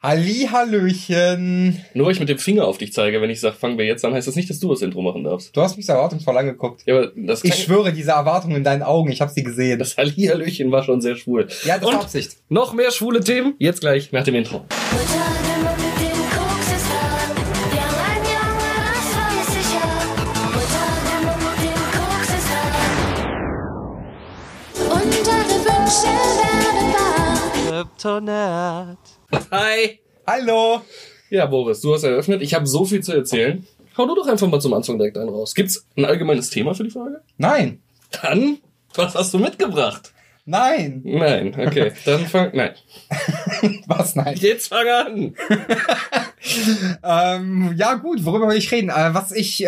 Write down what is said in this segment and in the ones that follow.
Hallihallöchen. Nur weil ich mit dem Finger auf dich zeige, wenn ich sage, fangen wir jetzt an, heißt das nicht, dass du das Intro machen darfst. Du hast mich so erwartungsvoll angeguckt. Ja, aber das ich schwöre, diese Erwartung in deinen Augen, ich habe sie gesehen. Das Hallihallöchen war schon sehr schwul. Ja, das war Absicht. Noch mehr schwule Themen, jetzt gleich nach dem Intro. Hi. Hallo. Ja, Boris, du hast eröffnet. Ich habe so viel zu erzählen. Hau du doch einfach mal zum Anfang direkt einen raus. Gibt's ein allgemeines Thema für die Frage? Nein. Dann, was hast du mitgebracht? Nein. Nein, okay. Dann nein. Was, nein? Jetzt fang an. Ja gut, worüber will ich reden? Was ich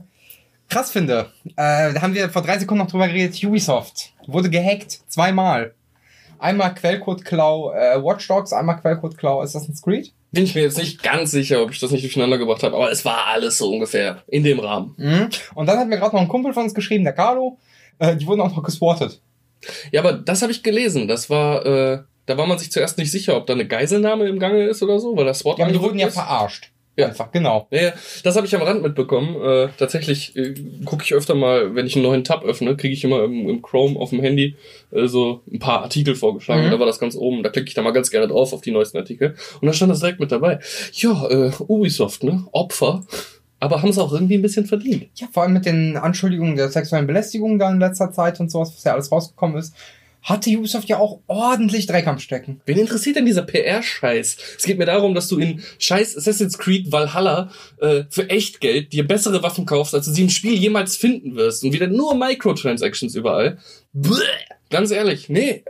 krass finde, da haben wir vor 3 Sekunden noch drüber geredet, Ubisoft wurde gehackt, 2-mal. Einmal Quellcode-Klau Watch Dogs, einmal Quellcode-Klau Assassin's Creed. Bin ich mir jetzt nicht ganz sicher, ob ich das nicht durcheinander gebracht habe, aber es war alles so ungefähr in dem Rahmen. Mhm. Und dann hat mir gerade noch ein Kumpel von uns geschrieben, der Carlo, die wurden auch noch geswattet. Ja, aber das habe ich gelesen. Das war, da war man sich zuerst nicht sicher, ob da eine Geiselnahme im Gange ist oder so, weil das SWAT die wurden ja verarscht. Ja. Einfach, genau. Ja, das habe ich am Rand mitbekommen. Tatsächlich gucke ich öfter mal, wenn ich einen neuen Tab öffne, kriege ich immer im Chrome auf dem Handy so ein paar Artikel vorgeschlagen. Da war das ganz oben. Da klicke ich da mal ganz gerne drauf auf die neuesten Artikel. Und da stand das direkt mit dabei. Ja, Ubisoft, ne? Opfer. Aber haben es auch irgendwie ein bisschen verdient. Ja, vor allem mit den Anschuldigungen der sexuellen Belästigung da in letzter Zeit und sowas, was ja alles rausgekommen ist. Hatte Ubisoft ja auch ordentlich Dreck am Stecken. Wen interessiert denn dieser PR-Scheiß? Es geht mir darum, dass du in scheiß Assassin's Creed Valhalla für Echtgeld dir bessere Waffen kaufst, als du sie im Spiel jemals finden wirst. Und wieder nur Microtransactions überall. Bäh. Ganz ehrlich, nee,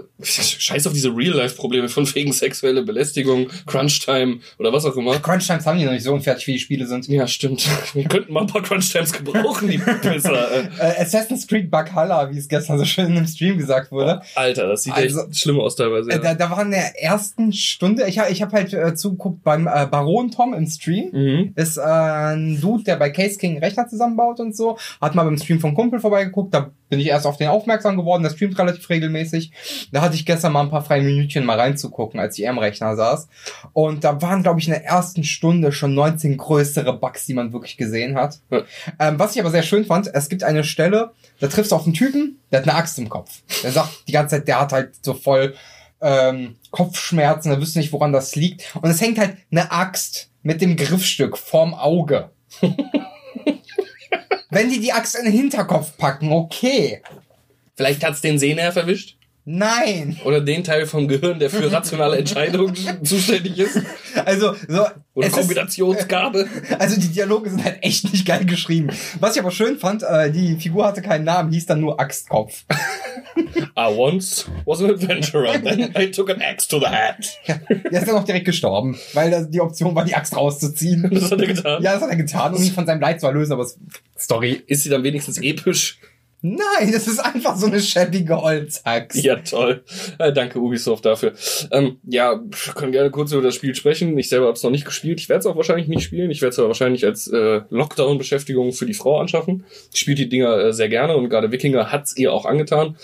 scheiß auf diese Real-Life-Probleme von wegen sexuelle Belästigung, Crunch-Time oder was auch immer. Crunch-Times haben die noch nicht so unfertig, wie die Spiele sind. Ja, stimmt. Wir könnten mal ein paar Crunch-Times gebrauchen, die Pisser. Assassin's Creed Valhalla, wie es gestern so schön im Stream gesagt wurde. Oh, Alter, das sieht echt schlimm aus teilweise. Ja. Da war in der ersten Stunde, ich hab halt zugeguckt beim Baron Tom im Stream. Mhm. Ist ein Dude, der bei Case King Rechner zusammenbaut und so. Hat mal beim Stream vom Kumpel vorbeigeguckt, da bin ich erst auf den aufmerksam geworden, der streamt relativ regelmäßig. Da hatte ich gestern mal ein paar freie Minütchen mal reinzugucken, als ich am Rechner saß. Und da waren, glaube ich, in der ersten Stunde schon 19 größere Bugs, die man wirklich gesehen hat. Ja. Was ich aber sehr schön fand, es gibt eine Stelle, da triffst du auf einen Typen, der hat eine Axt im Kopf. Der sagt die ganze Zeit, der hat halt so voll Kopfschmerzen, der wüsste nicht, woran das liegt. Und es hängt halt eine Axt mit dem Griffstück vorm Auge. Wenn die Axt in den Hinterkopf packen, okay. Vielleicht hat's den Sehnerv erwischt? Nein. Oder den Teil vom Gehirn, der für rationale Entscheidungen zuständig ist? Also, so. Oder Kombinationsgabe? Also, die Dialoge sind halt echt nicht geil geschrieben. Was ich aber schön fand, die Figur hatte keinen Namen, hieß dann nur Axtkopf. I once was an adventurer, then I took an axe to the head. Ja, der ist dann auch direkt gestorben, weil die Option war, die Axt rauszuziehen. Das hat er getan? Ja, das hat er getan, um ihn von seinem Leid zu erlösen, aber Story. Ist sie dann wenigstens episch? Nein, das ist einfach so eine schäbige Holzaxt. Ja, toll. Danke Ubisoft dafür. Ja, wir können gerne kurz über das Spiel sprechen. Ich selber habe es noch nicht gespielt. Ich werde es auch wahrscheinlich nicht spielen. Ich werde es aber wahrscheinlich als Lockdown-Beschäftigung für die Frau anschaffen. Ich spiele die Dinger sehr gerne und gerade Wikinger hat's ihr auch angetan.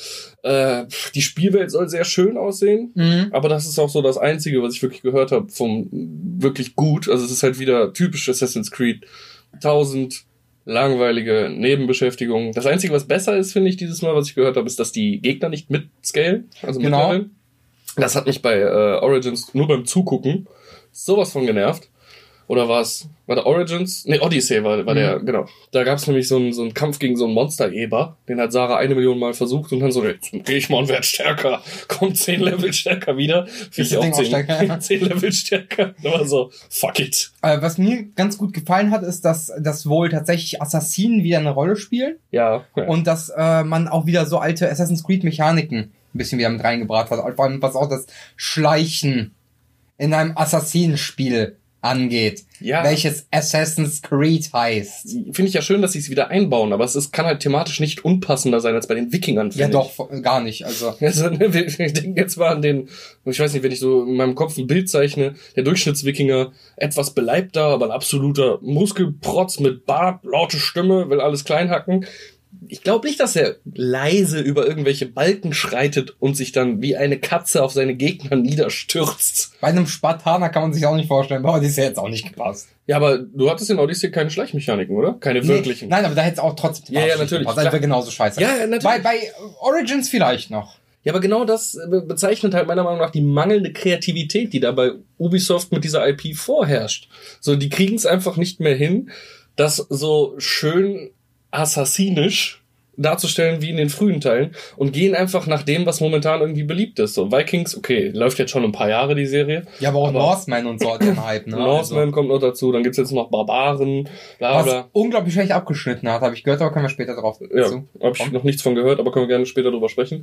Die Spielwelt soll sehr schön aussehen, aber das ist auch so das Einzige, was ich wirklich gehört habe vom wirklich gut. Also es ist halt wieder typisch Assassin's Creed. 1000 langweilige Nebenbeschäftigungen. Das Einzige, was besser ist, finde ich, dieses Mal, was ich gehört habe, ist, dass die Gegner nicht mitscalen. Also genau. Das hat mich bei Origins nur beim Zugucken sowas von genervt. Oder war der Origins? Nee, Odyssey war der, genau. Da gab es nämlich so einen Kampf gegen so einen Monster-Eber. Den hat Sarah 1 Million Mal versucht und dann so, jetzt geh ich mal und werd stärker. Kommt 10 Level stärker wieder. Finde ich auch 10 Level stärker. Da war so, fuck it. Was mir ganz gut gefallen hat, ist, dass wohl tatsächlich Assassinen wieder eine Rolle spielen. Ja. Und dass man auch wieder so alte Assassin's Creed Mechaniken ein bisschen wieder mit reingebracht hat. Vor allem, was auch das Schleichen in einem Assassinenspiel angeht, ja. Welches Assassin's Creed heißt. Finde ich ja schön, dass sie es wieder einbauen, aber kann halt thematisch nicht unpassender sein als bei den Wikingern. Ja doch, gar nicht. Also ich denke jetzt mal an ich weiß nicht, wenn ich so in meinem Kopf ein Bild zeichne, der Durchschnittswikinger, etwas beleibter, aber ein absoluter Muskelprotz mit Bart, laute Stimme, will alles klein hacken. Ich glaube nicht, dass er leise über irgendwelche Balken schreitet und sich dann wie eine Katze auf seine Gegner niederstürzt. Bei einem Spartaner kann man sich auch nicht vorstellen, aber Odyssey hätte es auch nicht gepasst. Ja, aber du hattest in Odyssey keine Schleichmechaniken, oder? Keine wirklichen. Nein, aber da hätte es auch trotzdem ja, natürlich. gepasst. Das wäre genauso scheiße. Ja, natürlich. Bei Origins vielleicht noch. Ja, aber genau das bezeichnet halt meiner Meinung nach die mangelnde Kreativität, die da bei Ubisoft mit dieser IP vorherrscht. So, die kriegen es einfach nicht mehr hin, das so schön assassinisch darzustellen wie in den frühen Teilen und gehen einfach nach dem, was momentan irgendwie beliebt ist. So Vikings, okay, läuft jetzt schon ein paar Jahre die Serie. Ja, aber auch Norseman und so hat den Hype, ne? Norseman kommt noch dazu, dann gibt's jetzt noch Barbaren, bla bla. Was unglaublich schlecht abgeschnitten hat, habe ich gehört, aber können wir später drauf Ja, habe ich noch nichts von gehört, aber können wir gerne später drüber sprechen.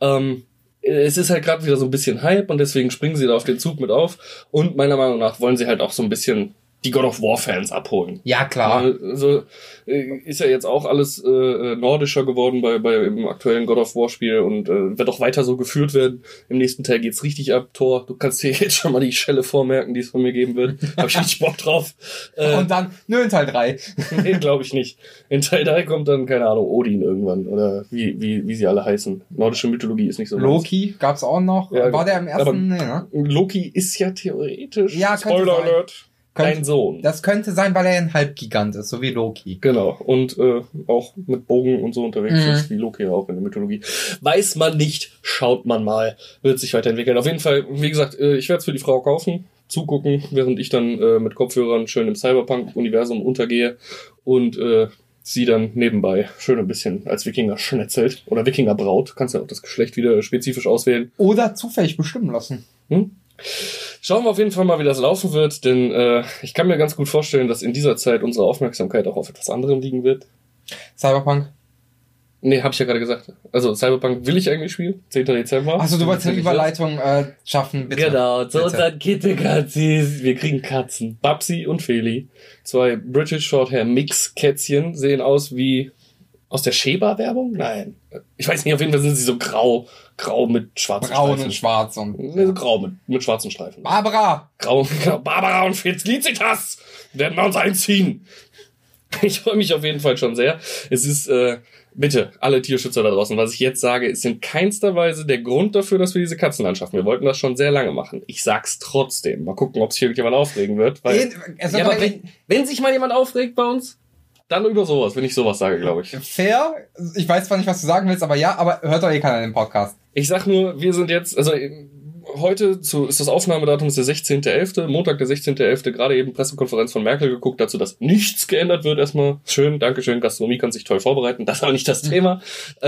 Es ist halt gerade wieder so ein bisschen Hype und deswegen springen sie da auf den Zug mit auf und meiner Meinung nach wollen sie halt auch so ein bisschen die God of War Fans abholen. Ja, klar. Also ist ja jetzt auch alles nordischer geworden bei im aktuellen God of War Spiel und wird auch weiter so geführt werden. Im nächsten Teil geht's richtig ab. Thor, du kannst dir jetzt schon mal die Schelle vormerken, die es von mir geben wird. Hab ich richtig Bock drauf. Und dann, in Teil 3. Nee, glaube ich nicht. In Teil 3 kommt dann, keine Ahnung, Odin irgendwann oder wie sie alle heißen. Nordische Mythologie ist nicht so Loki gab's auch noch. Ja, war der im ersten? Nee, ne? Loki ist ja theoretisch. Ja, Spoiler Alert. Dein Sohn. Das könnte sein, weil er ein Halbgigant ist, so wie Loki. Genau. Und auch mit Bogen und so unterwegs ist, wie Loki auch in der Mythologie. Weiß man nicht, schaut man mal. Wird sich weiterentwickeln. Auf jeden Fall, wie gesagt, ich werde es für die Frau kaufen, zugucken, während ich dann mit Kopfhörern schön im Cyberpunk-Universum untergehe und sie dann nebenbei schön ein bisschen als Wikinger schnetzelt oder Wikinger braut. Kannst ja auch das Geschlecht wieder spezifisch auswählen. Oder zufällig bestimmen lassen. Schauen wir auf jeden Fall mal, wie das laufen wird, denn ich kann mir ganz gut vorstellen, dass in dieser Zeit unsere Aufmerksamkeit auch auf etwas anderem liegen wird. Cyberpunk? Nee, hab ich ja gerade gesagt. Also Cyberpunk will ich eigentlich spielen, 10. Dezember. Achso, du wolltest eine Überleitung schaffen, bitte. Genau, zu unseren Kitty-Katzis. Wir kriegen Katzen. Babsi und Feli. 2 British Shorthair Mix-Kätzchen sehen aus wie aus der Sheba-Werbung? Nein. Ich weiß nicht, auf jeden Fall sind sie so grau mit schwarzen Braun Streifen. Und schwarz und... Nee, so grau mit schwarzen Streifen. Barbara! Barbara und Felicitas werden bei uns einziehen. Ich freue mich auf jeden Fall schon sehr. Es ist, bitte, alle Tierschützer da draußen, was ich jetzt sage, ist in keinster Weise der Grund dafür, dass wir diese Katzen anschaffen. Wir wollten das schon sehr lange machen. Ich sag's trotzdem. Mal gucken, ob sich irgendjemand aufregen wird. Weil, ja, aber wenn sich mal jemand aufregt bei uns, dann über sowas, wenn ich sowas sage, glaube ich. Fair. Ich weiß zwar nicht, was du sagen willst, aber ja, aber hört doch keiner in den Podcast. Ich sag nur, wir sind jetzt, also heute ist das Aufnahmedatum ist der 16.11., Montag der 16.11., gerade eben Pressekonferenz von Merkel geguckt, dazu, dass nichts geändert wird erstmal. Schön, Dankeschön, Gastronomie kann sich toll vorbereiten, das ist aber nicht das Thema.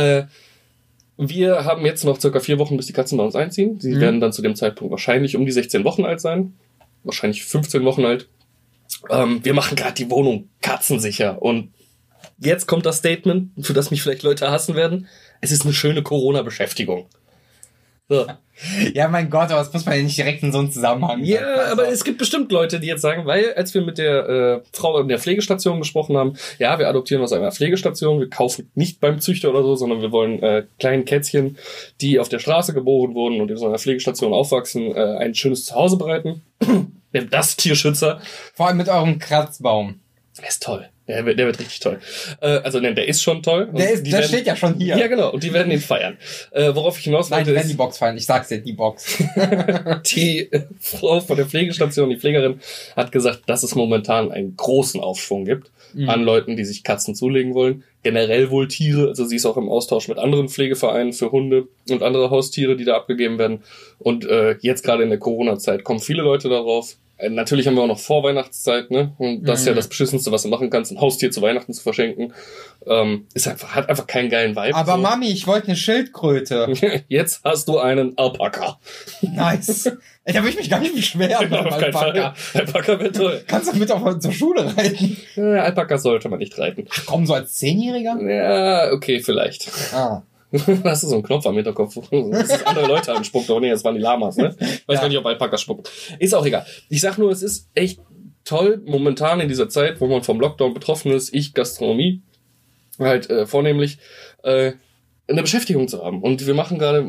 Wir haben jetzt noch circa 4 Wochen, bis die Katzen bei uns einziehen. Sie werden dann zu dem Zeitpunkt wahrscheinlich um die 16 Wochen alt sein. Wahrscheinlich 15 Wochen alt. Wir machen gerade die Wohnung katzensicher und jetzt kommt das Statement, für das mich vielleicht Leute hassen werden. Es ist eine schöne Corona-Beschäftigung. So. Ja, mein Gott, aber das muss man ja nicht direkt in so einen Zusammenhang. Ja, also. Aber es gibt bestimmt Leute, die jetzt sagen, weil als wir mit der Frau in der Pflegestation gesprochen haben, ja, wir adoptieren aus einer Pflegestation, wir kaufen nicht beim Züchter oder so, sondern wir wollen kleinen Kätzchen, die auf der Straße geboren wurden und in so einer Pflegestation aufwachsen, ein schönes Zuhause bereiten. Das Tierschützer. Vor allem mit eurem Kratzbaum. Der ist toll. Der wird richtig toll. Der ist schon toll. Der steht ja schon hier. Ja, genau. Und die werden ihn feiern. Worauf ich hinaus wollte, Nein, die werden die Box feiern. Ich sag's dir, die Box. Die Frau von der Pflegestation, die Pflegerin, hat gesagt, dass es momentan einen großen Aufschwung gibt an Leuten, die sich Katzen zulegen wollen. Generell wohl Tiere. Also sie ist auch im Austausch mit anderen Pflegevereinen für Hunde und andere Haustiere, die da abgegeben werden. Und jetzt gerade in der Corona-Zeit kommen viele Leute darauf. Natürlich haben wir auch noch Vorweihnachtszeit, ne? Und das ist ja das Beschissenste, was du machen kannst, ein Haustier zu Weihnachten zu verschenken. Hat einfach keinen geilen Vibe. Aber so. Mami, ich wollte eine Schildkröte. Jetzt hast du einen Alpaka. Nice. Ey, da will ich mich gar nicht beschweren. Auf keinen Fall. Alpaka wird toll. Kannst du mit zur Schule reiten? Alpaka sollte man nicht reiten. Ach komm, so als 10-Jähriger? Ja, okay, vielleicht. Hast du so einen Knopf am Hinterkopf? Das ist andere Leute anspuckt. Oh nee, das waren die Lamas, ne? Weiß nicht, ob Alpakas spucken. Ist auch egal. Ich sag nur, es ist echt toll, momentan in dieser Zeit, wo man vom Lockdown betroffen ist, Gastronomie, halt vornehmlich, eine Beschäftigung zu haben. Und wir machen gerade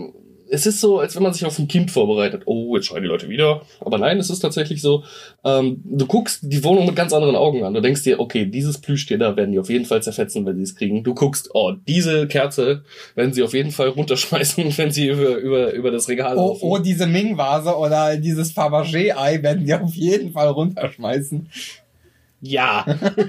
es ist so, als wenn man sich auf ein Kind vorbereitet. Oh, jetzt schreien die Leute wieder. Aber nein, es ist tatsächlich so, du guckst die Wohnung mit ganz anderen Augen an. Du denkst dir, okay, dieses Plüschtier da werden die auf jeden Fall zerfetzen, wenn sie es kriegen. Du guckst, oh, diese Kerze werden sie auf jeden Fall runterschmeißen, wenn sie über das Regal laufen. Oh, diese Ming-Vase oder dieses Fabergé-Ei werden die auf jeden Fall runterschmeißen. Ja.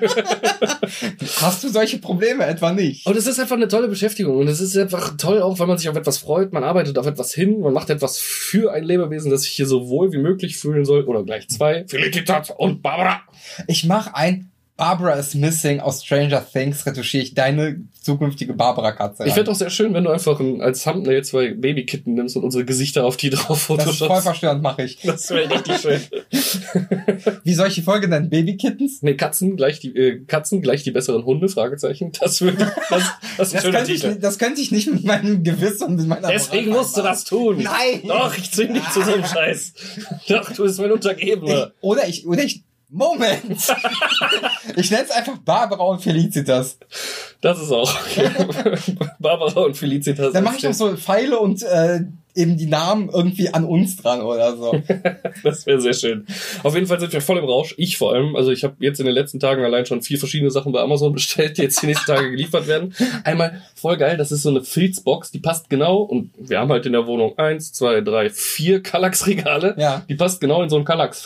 Hast du solche Probleme etwa nicht? Und es ist einfach eine tolle Beschäftigung. Und es ist einfach toll auch, weil man sich auf etwas freut. Man arbeitet auf etwas hin. Man macht etwas für ein Lebewesen, das sich hier so wohl wie möglich fühlen soll. Oder gleich zwei. Felicitas und Barbara. Ich mache ein Barbara is Missing aus Stranger Things, retuschiere ich deine zukünftige Barbara-Katze. Ich fände auch sehr schön, wenn du einfach als Thumbnail 2 Babykitten nimmst und unsere Gesichter auf die drauf photoshoppst. Das ist voll verstörend, mache ich. Das wäre richtig schön. Wie soll ich die Folge nennen? Babykittens? Nee, Katzen gleich die besseren Hunde, Fragezeichen. Das ist ein schöner Titel. Das könnte ich nicht mit meinem Gewissen und mit meiner Deswegen musst du das tun. Nein! Doch, ich zwing dich zu so einem Scheiß. Doch, du bist mein Untergebener. Oder ich Moment! Ich nenne es einfach Barbara und Felicitas. Das ist auch okay. Barbara und Felicitas. Dann mache ich noch so Pfeile und eben die Namen irgendwie an uns dran oder so. Das wäre sehr schön. Auf jeden Fall sind wir voll im Rausch. Ich vor allem. Also ich habe jetzt in den letzten Tagen allein schon 4 verschiedene Sachen bei Amazon bestellt, die jetzt die nächsten Tage geliefert werden. Einmal voll geil, das ist so eine Filzbox, die passt genau. Und wir haben halt in der Wohnung 1, 2, 3, 4 Kallax-Regale. Ja. Die passt genau in so ein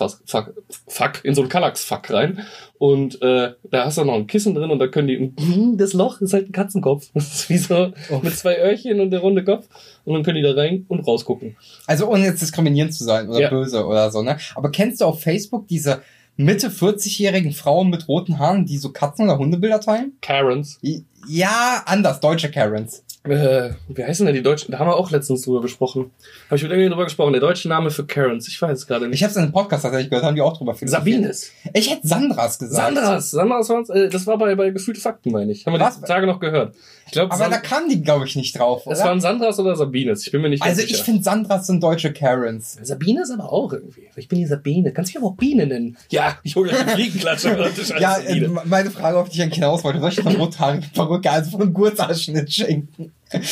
Kallax-Fuck rein. Und da hast du noch ein Kissen drin und da können die, das Loch ist halt ein Katzenkopf. Das ist wie so mit 2 Öhrchen und der runde Kopf. Und dann können die da rein und rausgucken. Also ohne jetzt diskriminierend zu sein oder böse oder so, ne? Aber kennst du auf Facebook diese Mitte 40-jährigen Frauen mit roten Haaren, die so Katzen- oder Hundebilder teilen? Karens. Ja, anders, deutsche Karens. Wie heißen denn die Deutschen? Da haben wir auch letztens drüber gesprochen. Habe ich mit irgendwie drüber gesprochen. Der deutsche Name für Karens. Ich weiß es gerade nicht. Ich habe es in einem Podcast tatsächlich gehört, haben die auch drüber philosophiert. Sabines. Ich hätte Sandras gesagt. Sandras war's, das war bei Gefühlte Fakten, meine ich. Haben wir die Tage noch gehört. Ich glaub, aber da kamen die, glaube ich, nicht drauf, oder? Es waren Sandras oder Sabines. Ich bin mir nicht ganz sicher. Also ich finde Sandras sind deutsche Karens. Sabines aber auch irgendwie. Ich bin die Sabine. Kannst du mich aber auch Biene nennen? Ja, ich hole gleich die Fliegenklatsche. Ja, meine Frage, auf die ich eigentlich hinaus wollte. Soll ich eine rothaarige Perücke, also von einem Gurthaarschnitt schenken?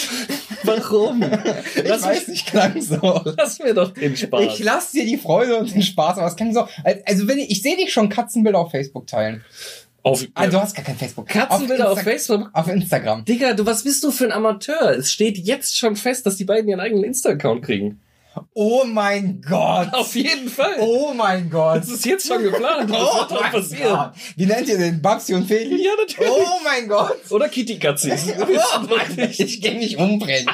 Warum? Ich weiß nicht, klang so. Lass mir doch den Spaß. Ich lass dir die Freude und den Spaß, aber es klang so. Also wenn ich sehe dich schon Katzenbilder auf Facebook teilen. Du hast gar kein Facebook. Katzenbilder auf Facebook? Auf Instagram. Digga, was bist du für ein Amateur? Es steht jetzt schon fest, dass die beiden ihren eigenen Insta-Account kriegen. Oh mein Gott. Auf jeden Fall. Oh mein Gott. Das ist jetzt schon geplant. Das wird doch passieren. Gott. Wie nennt ihr den? Babsi und Feli? Ja, natürlich. Oh mein Gott. Oder Kitty Katzi. Ich geh mich umbringen.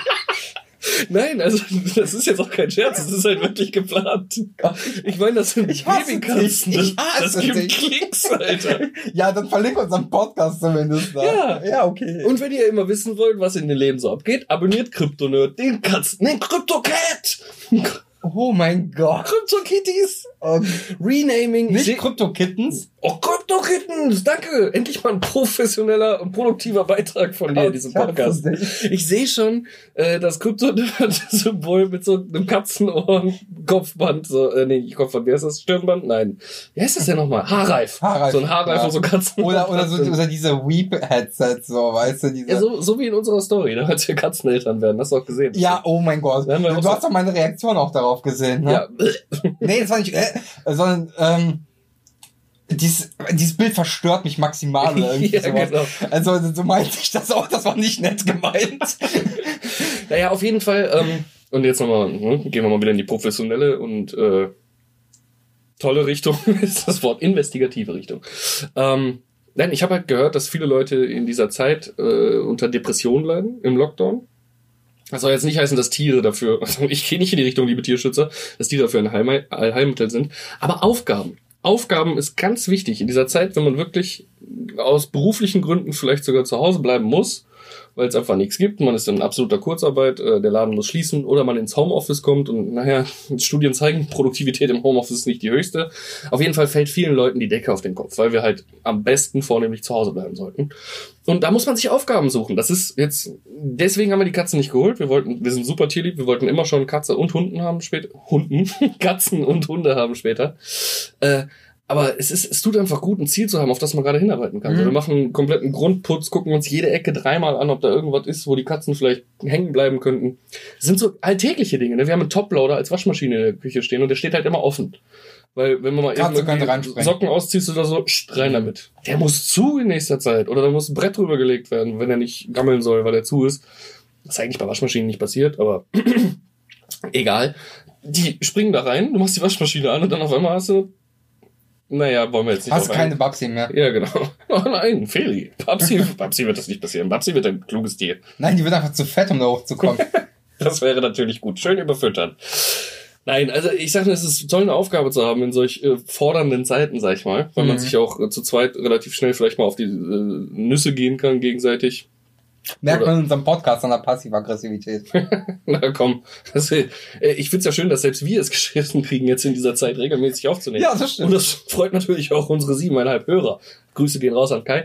Nein, also das ist jetzt auch kein Scherz, das ist halt wirklich geplant. Ich meine, das sind Babykatzen. Das gibt Klicks, Alter. Ja, dann verlink unseren Podcast zumindest. Ja, okay. Und wenn ihr immer wissen wollt, was in den Leben so abgeht, abonniert CryptoNerd, den CryptoCat. Oh mein Gott. CryptoKitties. Renaming. Nicht CryptoKittens. Oh, CryptoKittens. Danke. Endlich mal ein professioneller und produktiver Beitrag von dir in diesem Podcast. Ich sehe schon das CryptoNerd-Symbol mit so einem Katzenohr, Kopfband. Nicht Kopfband. Wie heißt das? Stirnband? Nein. Wie heißt das denn nochmal? Haarreif. So ein Haarreif, wo so Katzen. Oder diese Weep-Headsets, so, weißt du? Diese ja, so wie in unserer Story, ne, als wir Katzeneltern werden. Hast du auch gesehen. Ja, oh mein Gott. Du hast doch meine Reaktion auch darauf gesehen, ne? Ja. Nee, das war nicht, sondern, dieses Bild verstört mich maximal oder irgendwie ja, sowas. genau. Also, so meinte ich das auch, das war nicht nett gemeint. Naja, auf jeden Fall, und jetzt nochmal, gehen wir mal wieder in die professionelle und tolle Richtung, ist das Wort investigative Richtung. Nein, ich habe halt gehört, dass viele Leute in dieser Zeit unter Depressionen leiden, im Lockdown. Das soll jetzt nicht heißen, dass Tiere dafür, also ich gehe nicht in die Richtung, liebe Tierschützer, dass Tiere dafür ein Allheilmittel sind, aber Aufgaben ist ganz wichtig in dieser Zeit, wenn man wirklich aus beruflichen Gründen vielleicht sogar zu Hause bleiben muss, weil es einfach nichts gibt, man ist in absoluter Kurzarbeit, der Laden muss schließen oder man ins Homeoffice kommt und Studien zeigen, Produktivität im Homeoffice ist nicht die höchste. Auf jeden Fall fällt vielen Leuten die Decke auf den Kopf, weil wir halt am besten vornehmlich zu Hause bleiben sollten. Und da muss man sich Aufgaben suchen. Das ist jetzt, deswegen haben wir die Katzen nicht geholt. Wir sind super tierlieb, wir wollten immer schon Katze und Hunden haben später. Katzen und Hunde haben später. Aber es tut einfach gut, ein Ziel zu haben, auf das man gerade hinarbeiten kann. Also wir machen einen kompletten Grundputz, gucken uns jede Ecke 3-mal an, ob da irgendwas ist, wo die Katzen vielleicht hängen bleiben könnten. Das sind so alltägliche Dinge. Ne? Wir haben einen Toploader als Waschmaschine in der Küche stehen und der steht halt immer offen. Weil wenn man mal eben Socken ausziehst oder so, rein damit. Der muss zu in nächster Zeit. Oder da muss ein Brett drüber gelegt werden, wenn er nicht gammeln soll, weil er zu ist. Das ist eigentlich bei Waschmaschinen nicht passiert, aber egal. Die springen da rein, du machst die Waschmaschine an und dann auf einmal hast du... Naja, wollen wir jetzt nicht. Hast du keine Babsi mehr? Ja, genau. Oh nein, Feli. Babsi wird das nicht passieren. Babsi wird ein kluges Tier. Nein, die wird einfach zu fett, um da hochzukommen. Das wäre natürlich gut. Schön überfüttern. Nein, also ich sage, es ist toll, eine Aufgabe zu haben in solch fordernden Zeiten, sag ich mal. Weil man sich auch zu zweit relativ schnell vielleicht mal auf die Nüsse gehen kann gegenseitig. Merkt man in unserem Podcast an der Passiv-Aggressivität. Na komm. Ich find's ja schön, dass selbst wir es geschissen kriegen, jetzt in dieser Zeit regelmäßig aufzunehmen. Ja, das stimmt. Und das freut natürlich auch unsere 7,5 Hörer. Grüße gehen raus an Kai.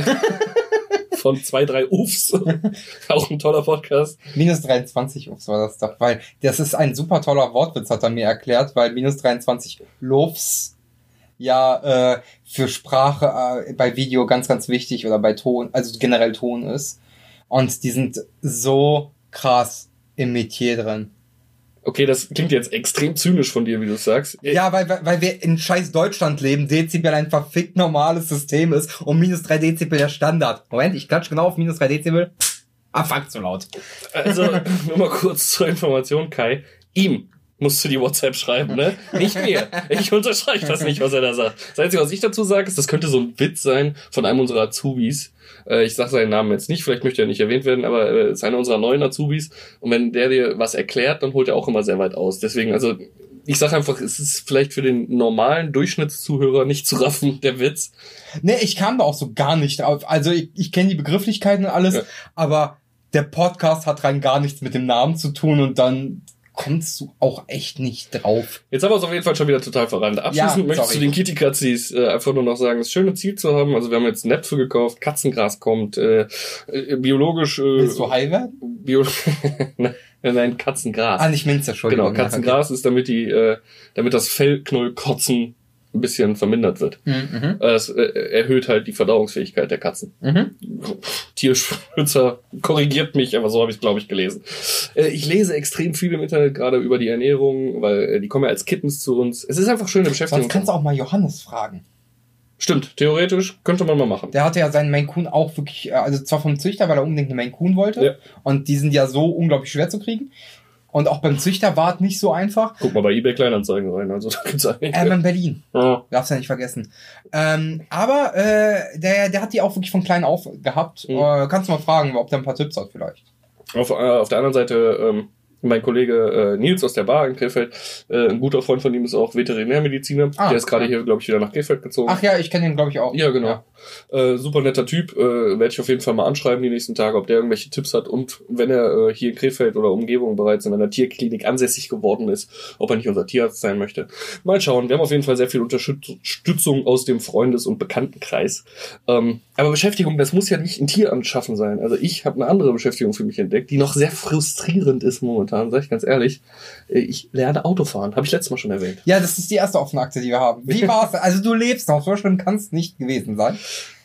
Von 2-3 Ufs. Auch ein toller Podcast. Minus 23 Ufs war das doch, weil das ist ein super toller Wortwitz, hat er mir erklärt, weil minus 23 Lofs ja für Sprache bei Video ganz, ganz wichtig oder bei Ton, also generell Ton ist. Und die sind so krass im Metier drin. Okay, das klingt jetzt extrem zynisch von dir, wie du sagst. Ja, weil wir in scheiß Deutschland leben, Dezibel ein verfickt normales System ist und minus 3 Dezibel der Standard. Moment, ich klatsche genau auf minus 3 Dezibel. Fuck, zu laut. Also, nur mal kurz zur Information, Kai. Ihm musst du die WhatsApp schreiben, ne? Nicht mir. Ich unterstreiche das nicht, was er da sagt. Das Einzige, was ich dazu sage, ist, das könnte so ein Witz sein von einem unserer Azubis. Ich sage seinen Namen jetzt nicht, vielleicht möchte er nicht erwähnt werden, aber ist einer unserer neuen Azubis. Und wenn der dir was erklärt, dann holt er auch immer sehr weit aus. Deswegen, also ich sage einfach, es ist vielleicht für den normalen Durchschnittszuhörer nicht zu raffen, der Witz. Nee, ich kam da auch so gar nicht drauf. Also ich kenne die Begrifflichkeiten und alles, aber der Podcast hat rein gar nichts mit dem Namen zu tun und dann kommst du auch echt nicht drauf. Jetzt haben wir es auf jeden Fall schon wieder total verrannt. Abschließend möchte ich zu den Kitty-Katzis einfach nur noch sagen, das schöne Ziel zu haben. Also wir haben jetzt Näpfe gekauft, Katzengras kommt, biologisch... Willst du high werden? Nein, Katzengras. Nicht Minze, Entschuldigung. Genau, Katzengras ist, damit das Fellknollkotzen ein bisschen vermindert wird. Es erhöht halt die Verdauungsfähigkeit der Katzen. Tierschützer korrigiert mich, aber so habe ich es, glaube ich, gelesen. Ich lese extrem viel im Internet, gerade über die Ernährung, weil die kommen ja als Kittens zu uns. Es ist einfach schöne Beschäftigung. Sonst kannst du auch mal Johannes fragen. Stimmt, theoretisch könnte man mal machen. Der hatte ja seinen Maine Coon auch wirklich, also zwar vom Züchter, weil er unbedingt eine Maine Coon wollte. Ja. Und die sind ja so unglaublich schwer zu kriegen. Und auch beim Züchter war es nicht so einfach. Guck mal bei eBay Kleinanzeigen rein, also da gibt's einige. In Berlin. Ja. Darfst ja nicht vergessen. Aber der hat die auch wirklich von klein auf gehabt. Kannst du mal fragen, ob der ein paar Tipps hat vielleicht. Auf der anderen Seite, mein Kollege Nils aus der Bar in Krefeld, ein guter Freund von ihm ist auch Veterinärmediziner. Der ist gerade hier, glaube ich, wieder nach Krefeld gezogen. Ach ja, ich kenne ihn, glaube ich, auch. Ja, genau. Ja. Super netter Typ. Werde ich auf jeden Fall mal anschreiben die nächsten Tage, ob der irgendwelche Tipps hat und wenn er hier in Krefeld oder Umgebung bereits in einer Tierklinik ansässig geworden ist, ob er nicht unser Tierarzt sein möchte. Mal schauen. Wir haben auf jeden Fall sehr viel Unterstützung aus dem Freundes- und Bekanntenkreis. Aber Beschäftigung, das muss ja nicht ein Tier anschaffen sein. Also ich habe eine andere Beschäftigung für mich entdeckt, die noch sehr frustrierend ist momentan, sag ich ganz ehrlich. Ich lerne Autofahren. Habe ich letztes Mal schon erwähnt. Ja, das ist die erste offene Akte, die wir haben. Wie war's? Also du lebst noch, so schlimm kann es nicht gewesen sein.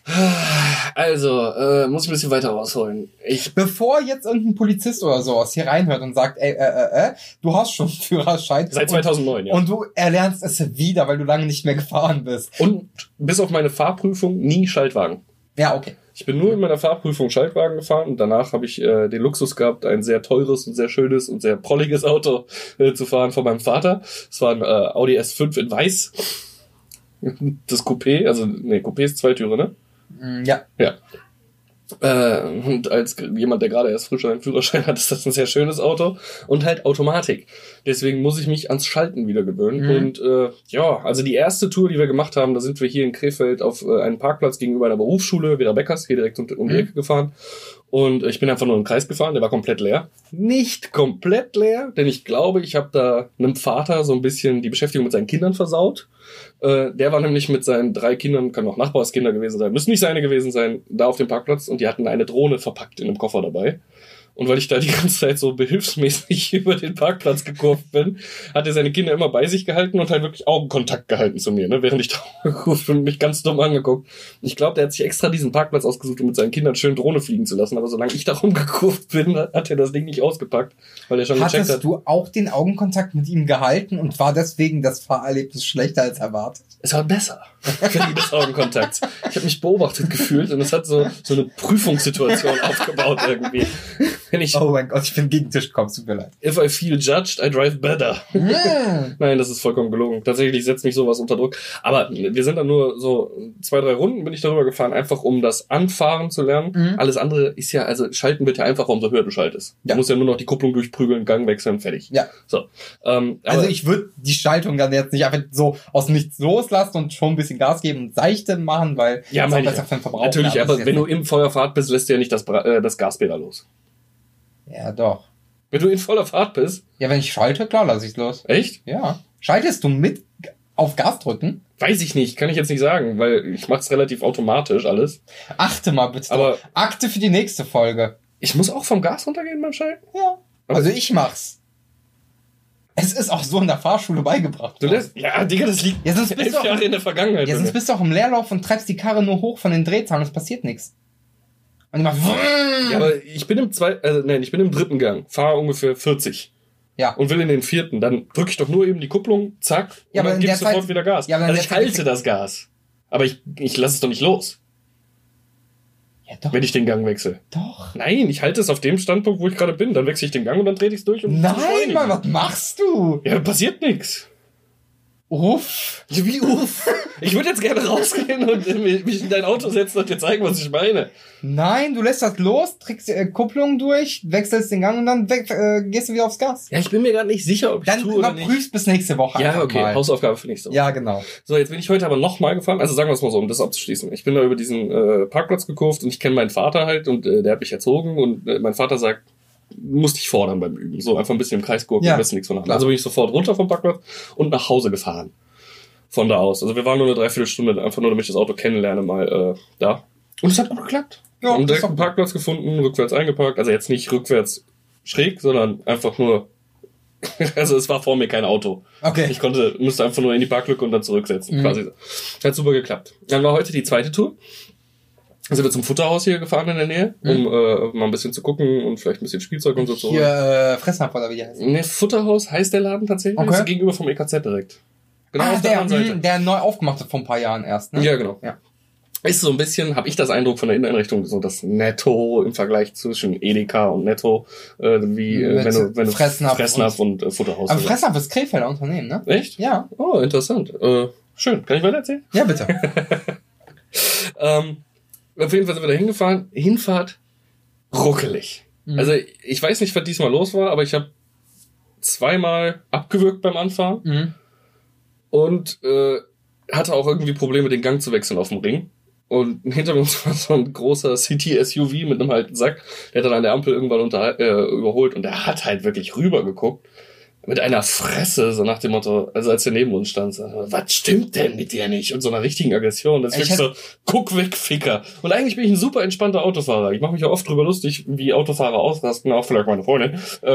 Also, muss ich ein bisschen weiter rausholen. Bevor jetzt irgendein Polizist oder sowas hier reinhört und sagt, du hast schon Führerschein. Seit 2009, ja. Und du erlernst es wieder, weil du lange nicht mehr gefahren bist. Und bis auf meine Fahrprüfung nie Schaltwagen. Ja, okay. Ich bin nur in meiner Fahrprüfung Schaltwagen gefahren und danach habe ich den Luxus gehabt, ein sehr teures und sehr schönes und sehr prolliges Auto zu fahren von meinem Vater. Es war ein Audi S5 in weiß. Das Coupé, Coupé ist Zweitürer, ne? Ja. Ja. Und als jemand, der gerade erst frisch einen Führerschein hat, ist das ein sehr schönes Auto und halt Automatik. Deswegen muss ich mich ans Schalten wieder gewöhnen. Und also die erste Tour, die wir gemacht haben, da sind wir hier in Krefeld auf einen Parkplatz gegenüber einer Berufsschule, Vera Beckers, hier direkt um die Ecke gefahren. Und ich bin einfach nur im Kreis gefahren, der war komplett leer. Nicht komplett leer, denn ich glaube, ich habe da einem Vater so ein bisschen die Beschäftigung mit seinen Kindern versaut. Der war nämlich mit seinen 3 Kindern, kann auch Nachbarskinder gewesen sein, müssen nicht seine gewesen sein, da auf dem Parkplatz und die hatten eine Drohne verpackt in einem Koffer dabei. Und weil ich da die ganze Zeit so behilfsmäßig über den Parkplatz gekurvt bin, hat er seine Kinder immer bei sich gehalten und halt wirklich Augenkontakt gehalten zu mir, ne, während ich da gekurvt bin und mich ganz dumm angeguckt. Ich glaube, der hat sich extra diesen Parkplatz ausgesucht, um mit seinen Kindern schön Drohne fliegen zu lassen. Aber solange ich da rumgekurvt bin, hat er das Ding nicht ausgepackt, weil er schon gecheckt hat. Hattest du auch den Augenkontakt mit ihm gehalten und war deswegen das Fahrerlebnis schlechter als erwartet? Es war besser, wegen des Augenkontakts. Ich habe mich beobachtet gefühlt und es hat so eine Prüfungssituation aufgebaut irgendwie. Oh mein Gott, ich bin gegen den Tisch gekommen, tut mir leid. If I feel judged, I drive better. Nein, das ist vollkommen gelogen. Tatsächlich setzt mich sowas unter Druck. Aber wir sind dann nur so 2-3 Runden bin ich darüber gefahren, einfach um das Anfahren zu lernen. Alles andere ist ja, also schalten wird ja einfacher, umso höher du schaltest. Du musst ja nur noch die Kupplung durchprügeln, Gang wechseln, fertig. Ja. So. Also ich würde die Schaltung dann jetzt nicht einfach so aus dem Nichts loslassen und schon ein bisschen Gas geben und seichte machen, weil ja, das auch besser für den Verbrauch. Natürlich, aber wenn du im voller Fahrt bist, lässt du ja nicht das Gaspedal los. Ja, doch. Wenn du in voller Fahrt bist? Ja, wenn ich schalte, klar, lass ich's los. Echt? Ja. Schaltest du mit auf Gas drücken? Weiß ich nicht, kann ich jetzt nicht sagen, weil ich mach's relativ automatisch alles. Achte mal bitte. Aber Akte für die nächste Folge. Ich muss auch vom Gas runtergehen beim Schalten? Ja. Also ich mach's. Es ist auch so in der Fahrschule beigebracht. Du lässt? Ja, Digga, das liegt ja, sonst 11 Jahre in der Vergangenheit. Ja, sonst bist du auch im Leerlauf und treibst die Karre nur hoch von den Drehzahlen und es passiert nichts. Und ich mach ja, aber ich bin im 3. Gang, fahre ungefähr 40. Ja. Und will in den 4. Dann drücke ich doch nur eben die Kupplung, zack, ja, und dann gibst du sofort wieder Gas. Ja, also ich halte das Gas. Aber ich lasse es doch nicht los. Ja, doch. Wenn ich den Gang wechsle. Doch. Nein, ich halte es auf dem Standpunkt, wo ich gerade bin. Dann wechsle ich den Gang und dann drehe ich es durch. Und nein, Mann, was machst du? Ja, passiert nichts. Uff. Wie uff? Ich würde jetzt gerne rausgehen und mich in dein Auto setzen und dir zeigen, was ich meine. Nein, du lässt das los, trägst Kupplung durch, wechselst den Gang und dann gehst du wieder aufs Gas. Ja, ich bin mir gerade nicht sicher, ob ich dann tue oder nicht. Dann überprüfst bis nächste Woche. Ja, okay, mal. Hausaufgabe für nächste Woche. Ja, genau. So, jetzt bin ich heute aber nochmal gefahren. Also sagen wir es mal so, um das abzuschließen. Ich bin da über diesen Parkplatz gekurvt und ich kenne meinen Vater halt und der hat mich erzogen und mein Vater sagt, musste ich fordern beim Üben. So einfach ein bisschen im Kreis gurken, ja, am besten nichts von haben. Also bin ich sofort runter vom Parkplatz und nach Hause gefahren. Von da aus. Also wir waren nur eine Dreiviertelstunde, einfach nur, damit ich das Auto kennenlerne, mal da. Und es hat gut geklappt. Ja, haben direkt einen Parkplatz gefunden, rückwärts eingeparkt. Also jetzt nicht rückwärts schräg, sondern einfach nur... Also es war vor mir kein Auto. Okay. Ich musste einfach nur in die Parklücke und dann zurücksetzen. Quasi. Hat super geklappt. Dann war heute die zweite Tour. Dann sind wir zum Futterhaus hier gefahren in der Nähe, um mal ein bisschen zu gucken und vielleicht ein bisschen Spielzeug und so zu holen. Hier Fressnapf oder wie die heißt. Ne, Futterhaus heißt der Laden tatsächlich. Okay. Das ist gegenüber vom EKZ direkt. Genau auf der anderen Seite. Der neu aufgemacht hat vor ein paar Jahren erst, ne? Ja, genau. Ja. Ist so ein bisschen, habe ich das Eindruck von der Inneneinrichtung, so das Netto im Vergleich zwischen Edeka und Netto, wenn du Fressnapf und Futterhaus. Aber Fressnapf ist Krefelder Unternehmen, ne? Echt? Ja. Oh, interessant. Schön. Kann ich weiter erzählen? Ja, bitte. Auf jeden Fall sind wir da hingefahren. Hinfahrt ruckelig. Also ich weiß nicht, was diesmal los war, aber ich habe 2-mal abgewürgt beim Anfahren und hatte auch irgendwie Probleme, den Gang zu wechseln auf dem Ring. Und hinter uns war so ein großer City-SUV mit einem alten Sack. Der hat dann an der Ampel irgendwann überholt und der hat halt wirklich rübergeguckt. Mit einer Fresse, so nach dem Motto, also als er neben uns stand, so, was stimmt denn mit dir nicht? Und so einer richtigen Aggression. Das ist wirklich so, guck weg, Ficker. Und eigentlich bin ich ein super entspannter Autofahrer. Ich mache mich ja oft drüber lustig, wie Autofahrer ausrasten, auch vielleicht meine Freundin.